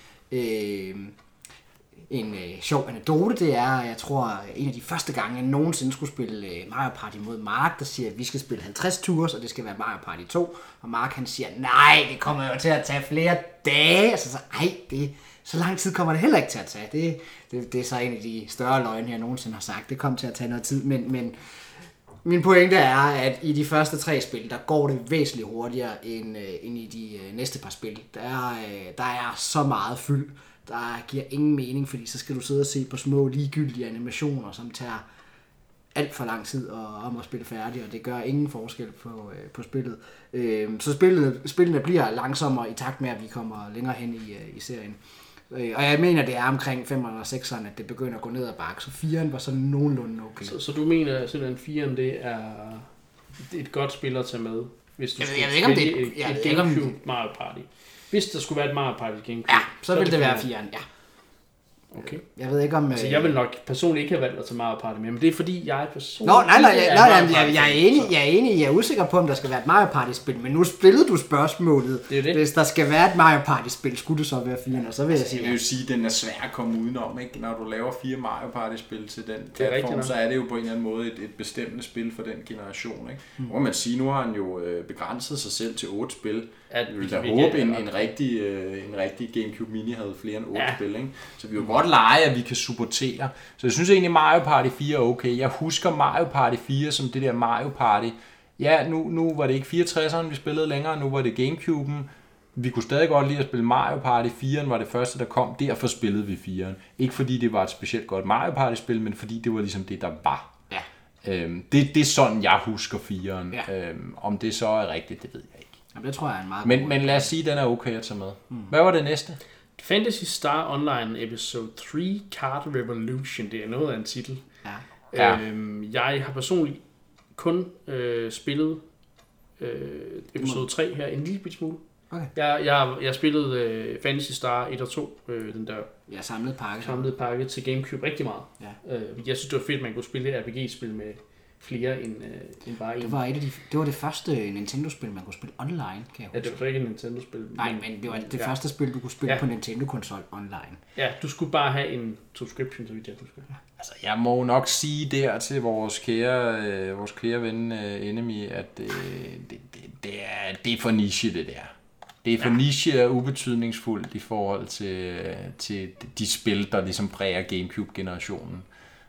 en sjov anekdote, det er, jeg tror, en af de første gange, jeg nogensinde skulle spille Mario Party mod Mark, der siger, at vi skal spille 50 tours, og det skal være Mario Party 2, og Mark han siger, nej, det kommer jo til at tage flere dage, og så så lang tid kommer det heller ikke til at tage. Det er så en af de større løgne, jeg nogensinde har sagt. Det kommer til at tage noget tid, men min pointe er, at i de første 3 spil, der går det væsentligt hurtigere end i de næste par spil. Der er så meget fyld, der giver ingen mening, fordi så skal du sidde og se på små ligegyldige animationer, som tager alt for lang tid om at spille færdig, og det gør ingen forskel på spillet. Så spillene bliver langsommere i takt med, at vi kommer længere hen i serien. Og jeg mener, det er omkring 5'eren og 6'eren, at det begynder at gå ned ad bakke. Så 4'eren var sådan nogenlunde okay. Så du mener simpelthen 4'eren, det er et godt spil at tage med, hvis du jeg ved ikke, om det er et GameCube Mario Party. Hvis der skulle være et Mario Party GameCube. Ja, så ville det være 4'eren, ja. Okay. Jeg ved ikke om... Altså, jeg vil nok personligt ikke have valgt at tage Mario Party med, men det er fordi, jeg personligt... Jeg er enig. Jeg er usikker på, om der skal være et Mario Party-spil, men nu spillede du spørgsmålet. Det er det. Hvis der skal være et Mario Party-spil, skulle det så være 4'eren, og så vil jeg sige... Jeg vil jo sige, at den er svær at komme udenom, ikke? Når du laver 4 Mario Party-spil til den platform, så er det jo på en eller anden måde et bestemmende spil for den generation, ikke? Nu kan man sige, nu har han jo begrænset sig selv til 8 spil. Jeg ville da håbe, en rigtig GameCube Mini havde flere end 8 spil, ikke? Så vi vil godt lege, at vi kan supportere. Så jeg synes egentlig, Mario Party 4 er okay. Jeg husker Mario Party 4 som det der Mario Party. Ja, nu var det ikke 64'eren, vi spillede længere. Nu var det GameCube'en. Vi kunne stadig godt lide at spille Mario Party. 4'eren var det første, der kom. Derfor spillede vi 4'eren. Ikke fordi det var et specielt godt Mario Party-spil, men fordi det var ligesom det, der var. Ja. Det er sådan, jeg husker 4'eren. Ja. Om det så er rigtigt, det ved jeg ikke. Jamen, det tror jeg er en meget men lad os sige, at den er okay at tage med. Hvad var det næste? Fantasy Star Online Episode 3 Card Revolution. Det er noget af en titel. Ja. Jeg har personligt kun spillet episode 3 her en lille smule. Okay. Jeg spillede Fantasy Star 1 og 2, den der samlede pakke til GameCube rigtig meget. Ja. Jeg synes, det var fedt, at man kunne spille et RPG-spil med flere end bare en. Det var det første Nintendo-spil, man kunne spille online, kan jeg huske. Ja, det var så ikke et Nintendo-spil. Nej, men det var det første spil, du kunne spille på Nintendo-konsol online. Ja, du skulle bare have en subscription, så vidt jeg husker. Altså, jeg må nok sige der til vores kære ven Enemy, at det er for niche, det der. Det er for niche og ubetydningsfuldt i forhold til de spil, der ligesom præger GameCube-generationen.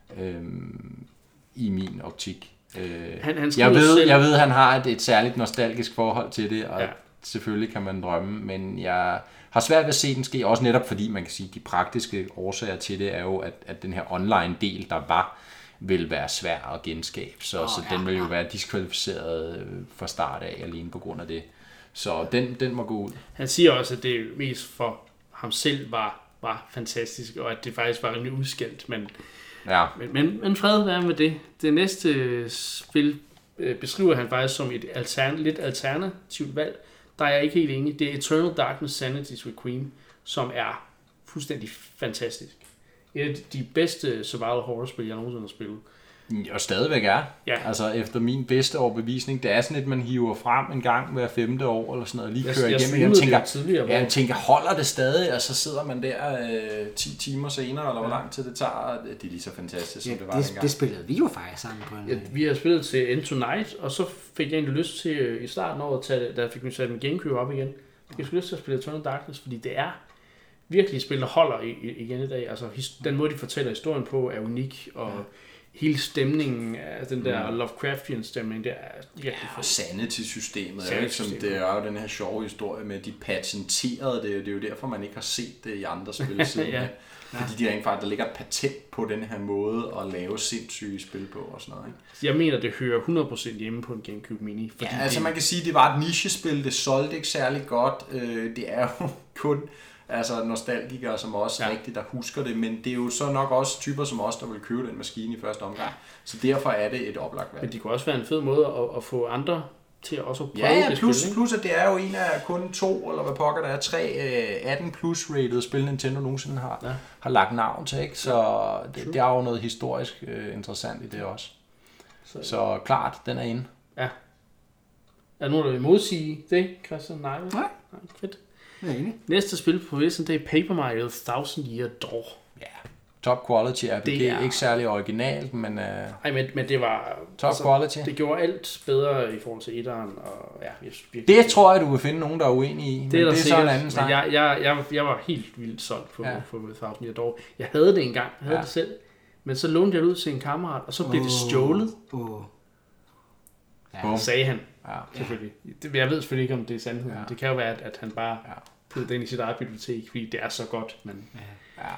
I min optik. Jeg ved, han har et særligt nostalgisk forhold til det, og selvfølgelig kan man drømme, men jeg har svært ved at se den ske, også netop fordi man kan sige, at de praktiske årsager til det er jo, at den her online del, der var, vil være svær at genskabe, så den vil jo være diskvalificeret fra start af, alene på grund af det. Så den må gå ud. Han siger også, at det mest for ham selv var fantastisk, og at det faktisk var rimelig udskældt, men Men fred være med det. Det næste spil beskriver han faktisk som et lidt alternativt valg. Der er jeg ikke helt enig. Det er Eternal Darkness Sanity's Requiem, som er fuldstændig fantastisk. Et af de bedste survival horror-spil, jeg nogensinde har spillet. Og stadigvæk er. Ja. Altså efter min bedste overbevisning, det er sådan et, man hiver frem en gang hver 5. år, eller sådan noget, lige kører igennem. Jeg tænker, holder det stadig, og så sidder man der 10 timer senere, eller hvor lang tid det tager. Det er lige så fantastisk, som det var dengang. Det spillede vi jo faktisk sammen på en... Vi har spillet til End Tonight, og så fik jeg egentlig lyst til, i starten af året, da fik vi sat min GameCube op igen, jeg skulle lyst til at spille Eternal Darkness, fordi det er virkelig et spil, der holder igen i dag. Altså, den måde, de fortæller historien på, er unik, og hele stemningen af den der Lovecraftian stemning, det er virkelig og Sanity-systemet er jo ikke som det er jo den her sjove historie med, de patenterede det er jo derfor, man ikke har set det i andre spil siden. Fordi de rent faktisk, der ligger et patent på den her måde at lave sindssyge spil på og sådan noget. Ikke? Jeg mener, det hører 100% hjemme på en GameCube Mini. Fordi altså man kan sige, det var et nichespil, det solgte ikke særlig godt. Det er jo kun nostalgikere som også rigtigt, der husker det, men det er jo så nok også typer som os, der vil købe den maskine i første omgang. Så derfor er det et oplagt valg. Men det kunne også være en fed måde at få andre til at også prøve det spil. Plus at det er jo en af kun 2, eller hvad pokker der er, 3 18 plus rated spil, Nintendo nogensinde har lagt navn til, ikke? Så det er jo noget historisk interessant i det også. Så klart, den er inde. Ja. Er der nogen, der vil modsige det, Christian? Nej. Fedt. Næste spil på listen, det er Paper Mario Thousand Year Door. Ja, top quality RPG. Ikke særlig originalt, men... men det var... Top quality. Det gjorde alt bedre i forhold til etteren, og det tror jeg, du vil finde nogen, der er uenige i. Det er så en anden snak. Jeg var helt vildt solgt på Thousand Year Door. Jeg havde det engang, det selv, men så lånte jeg det ud til en kammerat, og så blev det stjålet. Sagde han. Selvfølgelig. Jeg ved selvfølgelig ikke, om det er sandheden. Det kan jo være, at han bare puttede det ind i sit eget bibliotek, fordi det er så godt. Men...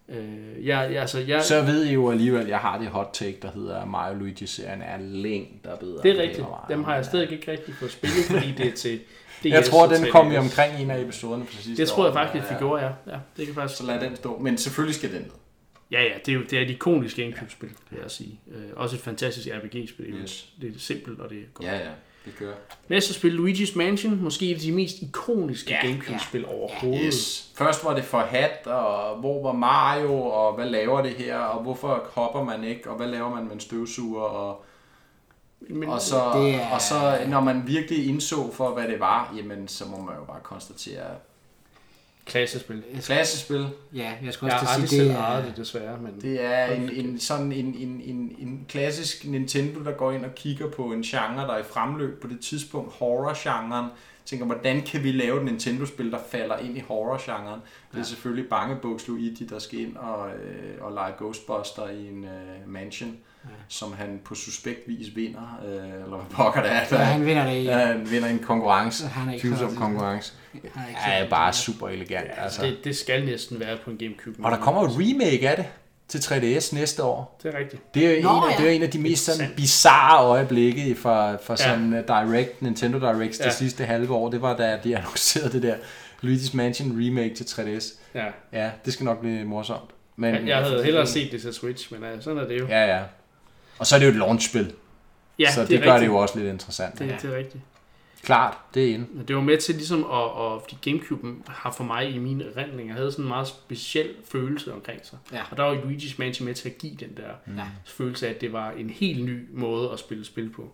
Så ved I jo alligevel, at jeg har det hot take, der hedder Mario Luigi-serien er længder bedre. Det er rigtigt. Dem har jeg stadig ikke rigtig fået spillet, fordi det er til... Jeg tror, den kom vi omkring en af episoderne på sidste år. Det tror jeg faktisk, vi gjorde, ja. Det kan faktisk... Så lad den stå. Men selvfølgelig skal den med. Ja, det er et ikonisk GameCube-spil, vil jeg sige. Også et fantastisk RPG-spil. Yes. Det er simpelt, og det er godt. Ja, det kører. Næste spil, Luigi's Mansion. Måske et af de mest ikoniske GameCube-spil overhovedet. Yes. Først var det for hat, og hvor var Mario, og hvad laver det her, og hvorfor hopper man ikke, og hvad laver man med en støvsuger, og så når man virkelig indså for, hvad det var, jamen, så må man jo bare konstatere... Klassespil. Ja, jeg skal også sige, aldrig selv ejet det desværre. Men det er en klassisk Nintendo, der går ind og kigger på en genre, der er i fremløb på det tidspunkt, horror-genren. Tænker, hvordan kan vi lave et Nintendo-spil, der falder ind i horror-genren? Det er selvfølgelig Bangebuks Luigi, der skal ind og lege Ghostbuster i en mansion, som han på suspekt vis vinder, eller hvad pokker det er. Han vinder det i. Han vinder en konkurrence. Konkurrence. Er bare super elegant. Altså. Det skal næsten være på en GameCube. Og der kommer et remake af det til 3DS næste år. Det er rigtigt. Det er en af de mest sådan bizarre øjeblikke fra sådan Nintendo Direct det sidste halve år. Det var da de annoncerede det der Luigi's Mansion remake til 3DS. Ja, det skal nok blive morsomt. Men jeg havde hellere set det til Switch, men sådan er det jo. Ja. Og så er det jo et launchspil. Ja, så det gør det jo også lidt interessant. Det er rigtigt. Klart, det er inde. Det var med til ligesom, fordi GameCube har for mig i mine erindringer havde sådan en meget speciel følelse omkring sig. Ja. Og der var Luigi's Mansion med til at give den der følelse af, at det var en helt ny måde at spille spil på.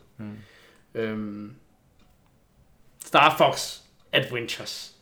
Star Fox Adventures.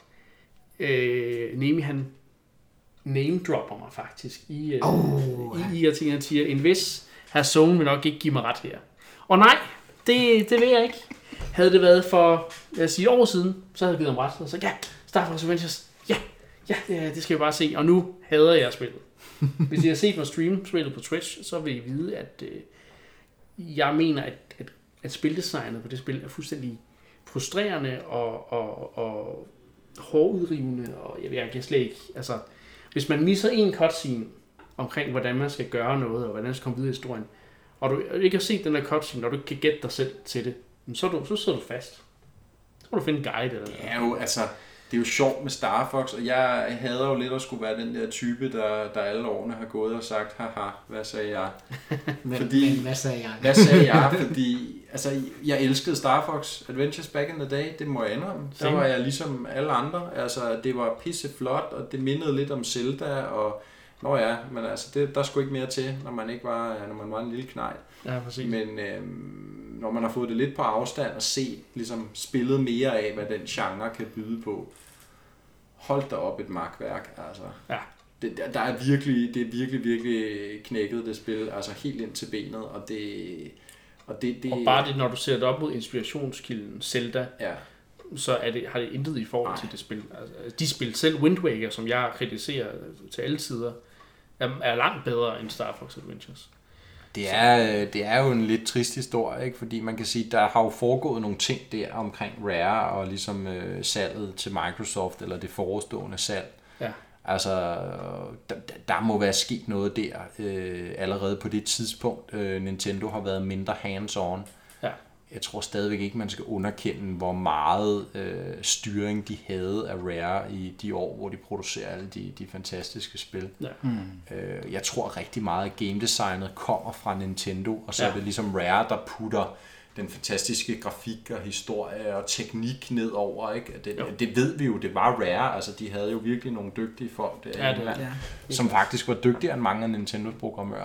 Nemi han name-dropper mig faktisk i artiklen. En vis herr Zone vil nok ikke give mig ret her. Og nej, det vil jeg ikke. Havde det været for, lad os sige, år siden, så havde jeg givet ham ret. Og så Star Fox Adventures, det skal jeg bare se. Og nu hader jeg spillet. Hvis I har set mig streame spillet på Twitch, så vil I vide, at jeg mener, at spildesignet på det spil er fuldstændig frustrerende og hårdudrivende. Og jeg kan slet ikke, altså, hvis man misser en cutscene omkring, hvordan man skal gøre noget, og hvordan man skal komme videre i historien, og du ikke har set den der cutscene, og du ikke kan gætte dig selv til det, så sidder du fast. Så må du finde en guide eller noget. Ja, jo, altså, det er jo sjovt med Star Fox, og jeg hader jo lidt at skulle være den der type, der alle årene har gået og sagt, haha, hvad sagde jeg? Men hvad sagde jeg? Hvad sagde jeg? Fordi altså, jeg elskede Star Fox Adventures back in the day, det må jeg indrømme. Der var jeg ligesom alle andre. Altså, det var pisseflot, og det mindede lidt om Zelda, og men altså, der skulle ikke mere til, når man var en lille knejt. Ja, præcis. Men når man har fået det lidt på afstand og se ligesom spillet mere af, hvad den genre kan byde på, hold da op et magtværk. Altså. Ja. Det er virkelig knækket det spil, altså helt ind til benet, og bare det, når du ser det op mod inspirationskilden Zelda, så har det intet i forhold til det spil. Altså, de spil, selv Wind Waker, som jeg kritiserer til alle tider, er langt bedre end Star Fox Adventures. Det er jo en lidt trist historie, ikke? Fordi man kan sige, der har jo foregået nogle ting der omkring Rare og ligesom salget til Microsoft, eller det forestående salg. Ja. Altså, der må være sket noget der allerede på det tidspunkt. Nintendo har været mindre hands-on. Ja. Jeg tror stadigvæk ikke, man skal underkende, hvor meget styring de havde af Rare i de år, hvor de producerer alle de fantastiske spil. Ja. Jeg tror rigtig meget, at game designet kommer fra Nintendo, og så er det ligesom Rare, der putter den fantastiske grafik og historie og teknik ned over. Ikke? Det ved vi jo, det var Rare. Altså, de havde jo virkelig nogle dygtige folk der i England, som faktisk var dygtigere end mange af Nintendos programmører.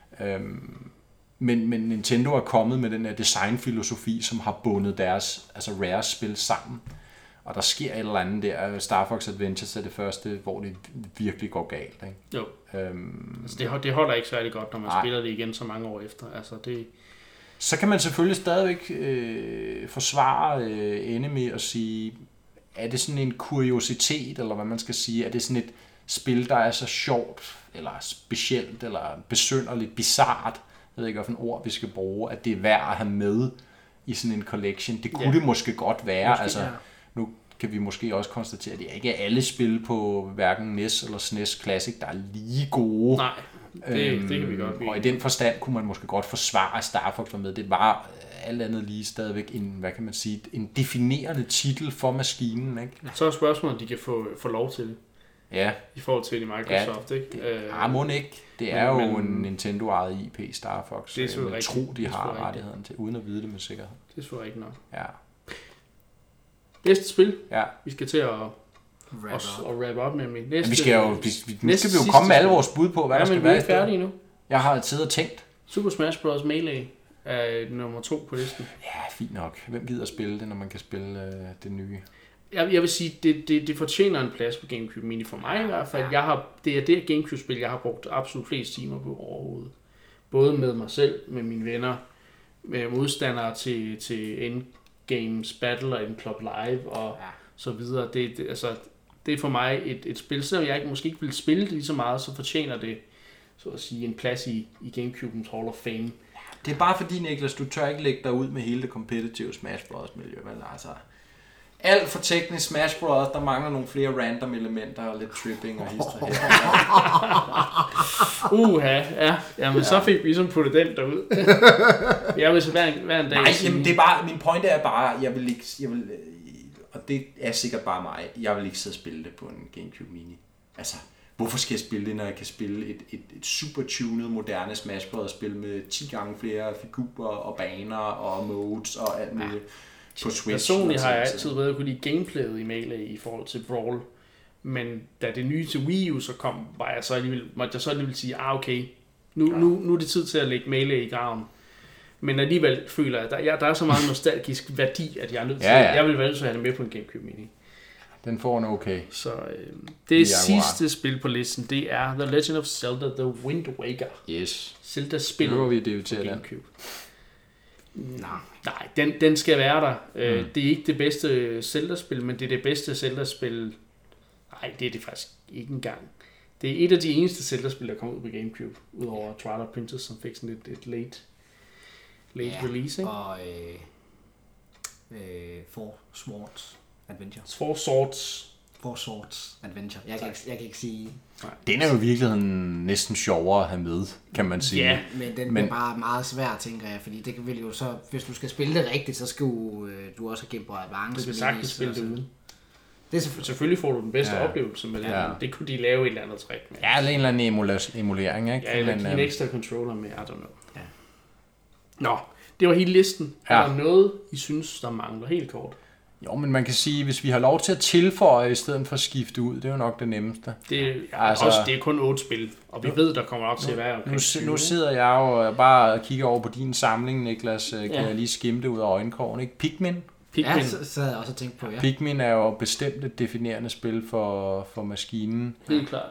Men Nintendo er kommet med den her designfilosofi, som har bundet deres, altså Rares spil sammen. Og der sker et eller andet der. Star Fox Adventures er det første, hvor det virkelig går galt. Ikke? Jo. Altså det holder ikke særlig godt, når man spiller det igen så mange år efter. Altså Så kan man selvfølgelig stadigvæk forsvare Enemy og sige, er det sådan en kuriositet, eller hvad man skal sige? Er det sådan et spil, der er så sjovt, eller specielt, eller besynderligt, bizart? Jeg ved ikke, hvilken ord vi skal bruge, at det er værd at have med i sådan en collection. Det kunne det måske godt være. Måske, altså, nu kan vi måske også konstatere, at det ikke er alle spil på hverken NES eller SNES Classic, der er lige gode. Nej, det kan vi godt. Og i den forstand kunne man måske godt forsvare, at Star Fox var med. Det var alt andet lige stadigvæk en, hvad kan man sige, en definerende titel for maskinen, ikke? Så er spørgsmålet, om de kan få lov til det. Ja. I forhold til i Microsoft, ja, ikke? Må ikke. Det er jo en Nintendo-ejet IP, Star Fox. Det er selvfølgelig rigtigt. Jeg tror, de har rettigheden til, uden at vide det med sikkerhed. Det er selvfølgelig ikke nok. Ja. Næste spil. Ja. Vi skal til at wrap up med min næste. Ja, nu skal vi jo komme med alle vores bud på, hvad der skal være. Vi er færdige nu. Jeg har siddet og tænkt. Super Smash Bros. Melee er nummer 2 på listen. Ja, fint nok. Hvem gider spille det, når man kan spille det nye? Jeg vil sige, det fortjener en plads på GameCube Mini for mig i hvert fald. Det er det GameCube-spil, jeg har brugt absolut flest timer på overhovedet. Både med mig selv, med mine venner, med modstandere til Endgames Battle og Endclub Live og så videre. Det er for mig et spil, selvom jeg måske ikke vil spille det lige så meget, så fortjener det så at sige en plads i GameCube's Hall of Fame. Det er bare fordi, Niklas, du tør ikke lægge dig ud med hele det competitive Smash Bros. Miljø, vel? Altså, alt for teknisk Smash Bros. Der mangler nogle flere random elementer og lidt tripping og hister her. Jamen så fik vi ligesom puttet den derud. Jeg vil så hver en dag. Nej, jamen, det er bare, min pointe er bare, jeg vil, og det er sikkert bare mig, jeg vil ikke sidde og spille det på en GameCube Mini. Altså, hvorfor skal jeg spille det, når jeg kan spille et super tunet, moderne Smash Bros. Spil med 10 gange flere figurer og baner og modes og alt muligt på Switch? Personligt har jeg altid været at kunne lide gameplayet i Melee i forhold til Brawl. Men da det nye til Wii U så kom, måtte jeg så alligevel sige, okay, nu er det tid til at lægge Melee i graven. Men alligevel føler jeg, at der er så meget nostalgisk værdi, at jeg er nødt til jeg vil valge at have det med på en GameCube Mini. Den får en okay. Så det sidste spil på listen, det er The Legend of Zelda The Wind Waker. Yes. Zelda-spil på GameCube. Nej, den skal være der. Det er ikke det bedste Zelda-spil, men det er det bedste Zelda-spil. Nej, det er det faktisk ikke engang. Det er et af de eneste Zelda-spil, der kommer ud på GameCube, udover Twilight Princess, som fik sådan et late release, ikke? Og Four Swords Adventure. Four Swords Adventure. Jeg kan ikke sige. Nej. Den er jo i virkeligheden næsten sjovere at have med, kan man sige. Ja, men er bare meget svær, tænker jeg, fordi det vil jo så, hvis du skal spille det rigtigt, så skal du også have Game Boy Advance. Du skal sagtens spille det uden. Det er selvfølgelig får du den bedste oplevelse med det. Ja. Det kunne de lave et eller andet trick med. Ja, en eller anden emulering, ikke? Ja, eller en ekstra controller med, I don't know. Ja. Nå, det var hele listen. Ja. Er der noget, I synes, der mangler helt kort? Jo, men man kan sige, hvis vi har lov til at tilføje i stedet for at skifte ud, det er jo nok det nemmeste. Det er kun 8 spil, og vi ved, der kommer op til at være omkring 20. Nu sidder jeg jo og bare kigger over på din samling, Niklas. Kan jeg lige skimte ud af øjenkrogen, ikke? Pikmin. Ja, så havde jeg også tænkt på, Pikmin er jo bestemt et definerende spil for maskinen. Helt klart.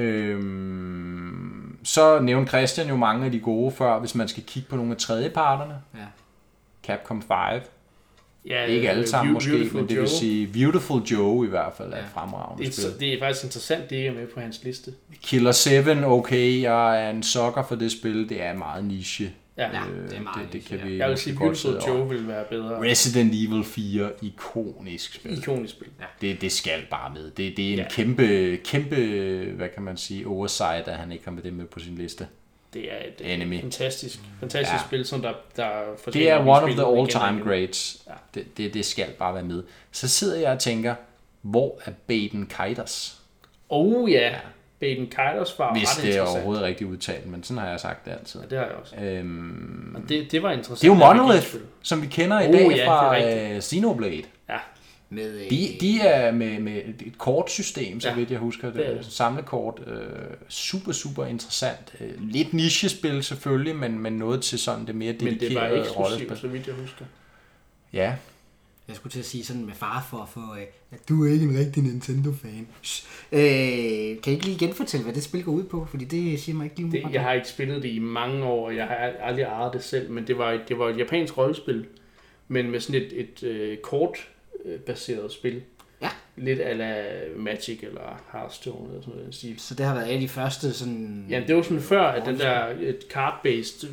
Så nævnte Christian jo mange af de gode før, hvis man skal kigge på nogle af tredjeparterne. Ja. Capcom 5. Ja, ikke alle sammen måske, men det vil sige Beautiful Joe i hvert fald er et fremragende spil. Det er faktisk interessant, det er med på hans liste. Killer 7, okay, jeg er en sokker for det spil, det er meget niche. Ja, det er meget det kan vi jeg vil sige, Beautiful Joe vil være bedre. Resident Evil 4, ikonisk spil. Det skal bare med. Det er en kæmpe, hvad kan man sige, oversight, at han ikke har med det med på sin liste. Det er et fantastisk spil, som der det er one of the all-time greats. Ja. Det skal bare være med. Så sidder jeg og tænker, hvor er Baden Kaitos? Baden Kaitos var hvis ret interessant. Det er overhovedet rigtigt udtalt, men sådan har jeg sagt det altid. Ja, det har jeg også. Det var interessant. Det er jo Monolith, som vi kender i dag fra Xenoblade. Ja. De er med et kortsystem, så vidt jeg husker det. Samlekort. Super interessant. Lidt nichespil selvfølgelig, men noget til sådan det mere dedikerede rollespil. Men det var eksklusivt, så vidt jeg husker. Ja. Jeg skulle til at sige sådan med far for at du er ikke en rigtig Nintendo-fan. Kan I ikke lige genfortælle, hvad det spil går ud på? Fordi det siger mig ikke lige meget. Jeg har ikke spillet det i mange år, og jeg har aldrig ejet det selv, men det var et japansk rollespil, men med sådan et kortbaseret spil. Ja. Lidt a la Magic eller Hearthstone eller sådan noget stil. Så det har været af de første sådan... Ja, det var sådan før, at den der et card-based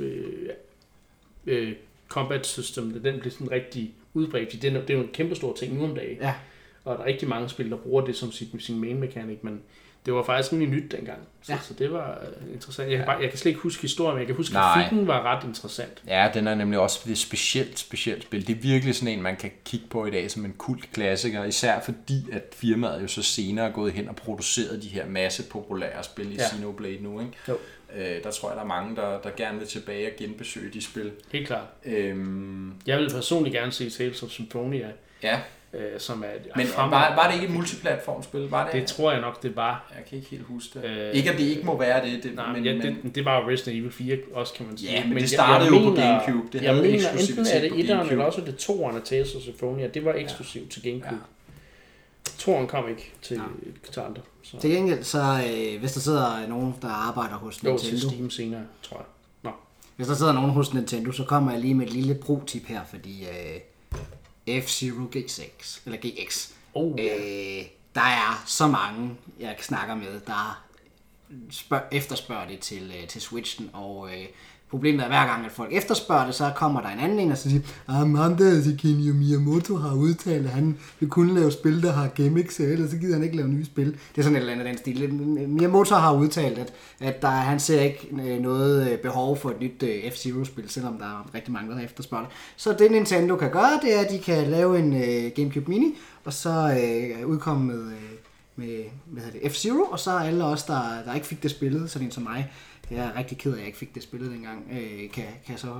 combat system, den blev sådan rigtig udbredt, fordi det er jo en kæmpe stor ting nu om dagen. Ja. Og der er rigtig mange spil, der bruger det som sin main mechanic, men det var faktisk rimelig nyt dengang. Så det var interessant. Jeg kan slet ikke huske historien, men jeg kan huske, at grafikken var ret interessant. Ja, den er nemlig også et specielt spil. Det er virkelig sådan en, man kan kigge på i dag som en kult klassiker, især fordi, at firmaet jo så senere er gået hen og produceret de her masse populære spil i Xenoblade nu, ikke? Jo. Der tror jeg, der er mange, der gerne vil tilbage og genbesøge de spil. Helt klart. Jeg vil personligt gerne se Tales of Symphonia. Ja. Som er men var det ikke et multiplatformspil? Var det? Det tror jeg nok, det var. Jeg kan ikke helt huske det. Ikke at det ikke må være det. Det var jo Resident Evil 4 også, kan man sige. Ja, men det startede jo på Gamecube. Det havde eksklusivitet enten er det etteren, eller også det toeren af Tales of Symphonia. Det var eksklusivt til Gamecube. Toeren kom ikke til andre. Så. Til gengæld, så hvis der sidder nogen, der arbejder hos Nintendo... til Steam senere, tror jeg. Hvis der sidder nogen hos Nintendo, så kommer jeg lige med et lille pro-tip her, fordi... F-Zero G6, eller GX. Der er så mange, jeg snakker med, der efterspørger det til Switchen, og problemet er, hver gang, at folk efterspørger det, så kommer der en anden en, og så siger, ham der Shigeru Miyamoto har udtalt, at han vil kunne lave spil, der har gimmicks, eller så gider han ikke lave nye spil. Det er sådan et eller andet den stil. Miyamoto har udtalt, at han ser ikke noget behov for et nyt F-Zero-spil, selvom der er rigtig mange, der har efterspørget. Så det Nintendo kan gøre, det er, at de kan lave en GameCube Mini, og så udkomme med F-Zero, og så alle os, der ikke fik det spillet, sådan en som mig. Jeg er rigtig ked af, at jeg ikke fik det spillet dengang. Kan så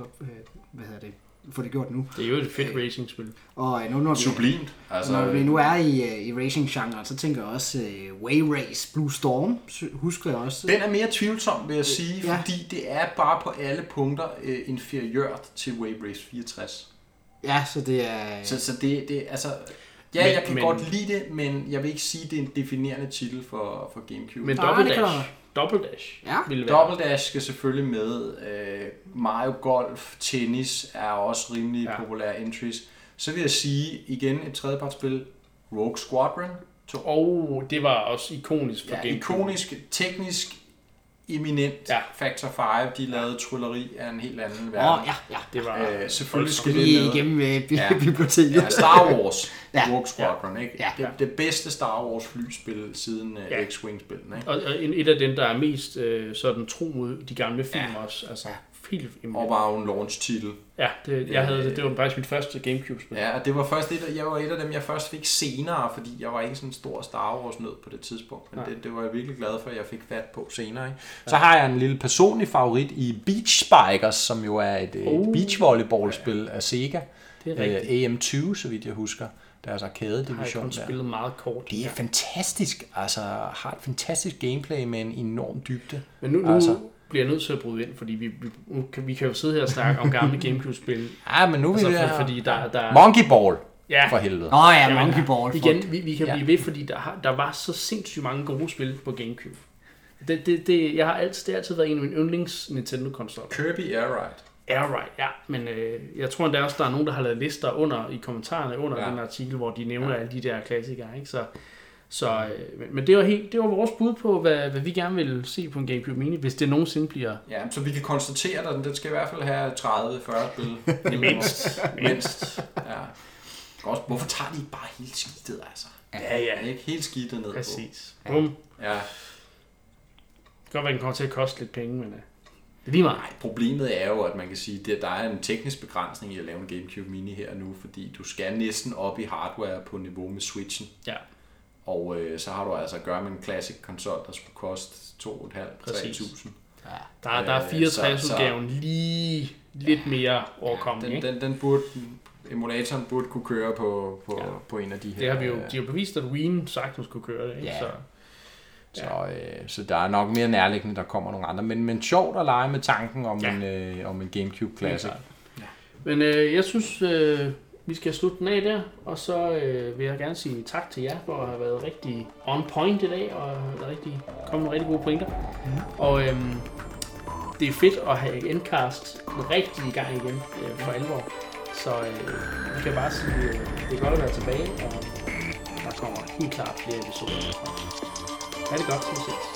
få det gjort nu. Det er jo et fedt racing-spil. Og nu sublimt. Når vi nu er i racing-genren, så tænker jeg også Way Race Blue Storm, husker jeg også. Den er mere tvivlsom, vil jeg sige, fordi det er bare på alle punkter inferiørt til Way Race 64. Ja, så det er... Så det altså... Ja, jeg kan godt lide det, men jeg vil ikke sige, at det er en definerende titel for Gamecube. Men Double Dash vil være. Double Dash skal selvfølgelig med. Mario Golf, tennis er også rimelig populære entries. Så vil jeg sige igen et tredjepartsspil, Rogue Squadron. Det var også ikonisk for Gamecube. Ikonisk, teknisk, eminent. Factor 5, de lavede trylleri af en helt anden verden. Det var selvfølgelig skal det med. Igennem biblioteket. Ja, Star Wars, Rogue Squadron, ikke? Det bedste Star Wars flyspil siden X-Wing-spillene, ikke? Og et af dem, der er mest sådan tro mod de gamle film også, altså helt og var jo en launch-titel. Ja, det var faktisk mit første Gamecube-spil. Ja, det var først jeg var et af dem, jeg først fik senere, fordi jeg var ikke sådan en stor Star Wars-nød på det tidspunkt. Men det var jeg virkelig glad for, at jeg fik fat på senere. Ikke? Så har jeg en lille personlig favorit i Beach Spikers, som jo er et beachvolleyballspil af Sega. Det er rigtigt. AM20, så vidt jeg husker. Deres arcade-division. Har jeg kun spillet meget kort. Det er fantastisk. Altså, har et fantastisk gameplay med en enorm dybde. Men nu bliver jeg nødt til at bryde ind, fordi vi kan jo sidde her og snakke om gamle Gamecube-spil. Ja, men nu vil jeg... Fordi der Monkey Ball, for helvede. Monkey Ball. Igen, vi kan blive ved, fordi der var så sindssygt mange gode spil på Gamecube. Det har altid været en af mine yndlings Nintendo-konsoller. Kirby Air Ride, men jeg tror endda også, der er nogen, der har lavet lister i kommentarerne under den artikel, hvor de nævner alle de der klassikere, ikke? Men det var vores bud på, hvad vi gerne vil se på en GameCube Mini, hvis det nogensinde bliver... Ja, så vi kan konstatere, at den skal i hvert fald have 30-40 spil. Mindst. Ja. Godt. Hvorfor tager de ikke bare helt skidtet, altså? Ja. Ikke helt skidtet ned. Præcis. Bum. Ja. Det kan godt være, den kommer til at koste lidt penge, men... Det er lige meget. Nej, problemet er jo, at man kan sige, at der er en teknisk begrænsning i at lave en GameCube Mini her nu, fordi du skal næsten op i hardware på niveau med Switchen. Ja. Og så har du altså at gøre med en classic konsol, der skulle koste 2.500-3.000. Ja. Der er 64-udgaven lige lidt mere overkommende. Den burde, emulatoren burde kunne køre på en af de her. Det har vi jo, de har bevist, at Wien sagtens kunne køre det. Ikke? Ja. Så der er nok mere nærliggende, der kommer nogle andre. Men sjovt at lege med tanken om en Gamecube Classic. Ja. Men jeg synes, vi skal slutte den af der. Og så vil jeg gerne sige tak til jer for at have været rigtig on point i dag. Og kommet nogle rigtig gode pointer. Og det er fedt at have Endcast rigtig i gang igen for alvor. Så vi kan bare sige, det er godt at være tilbage. Og der kommer helt klart flere episoder. Ha' det godt, til vi ses.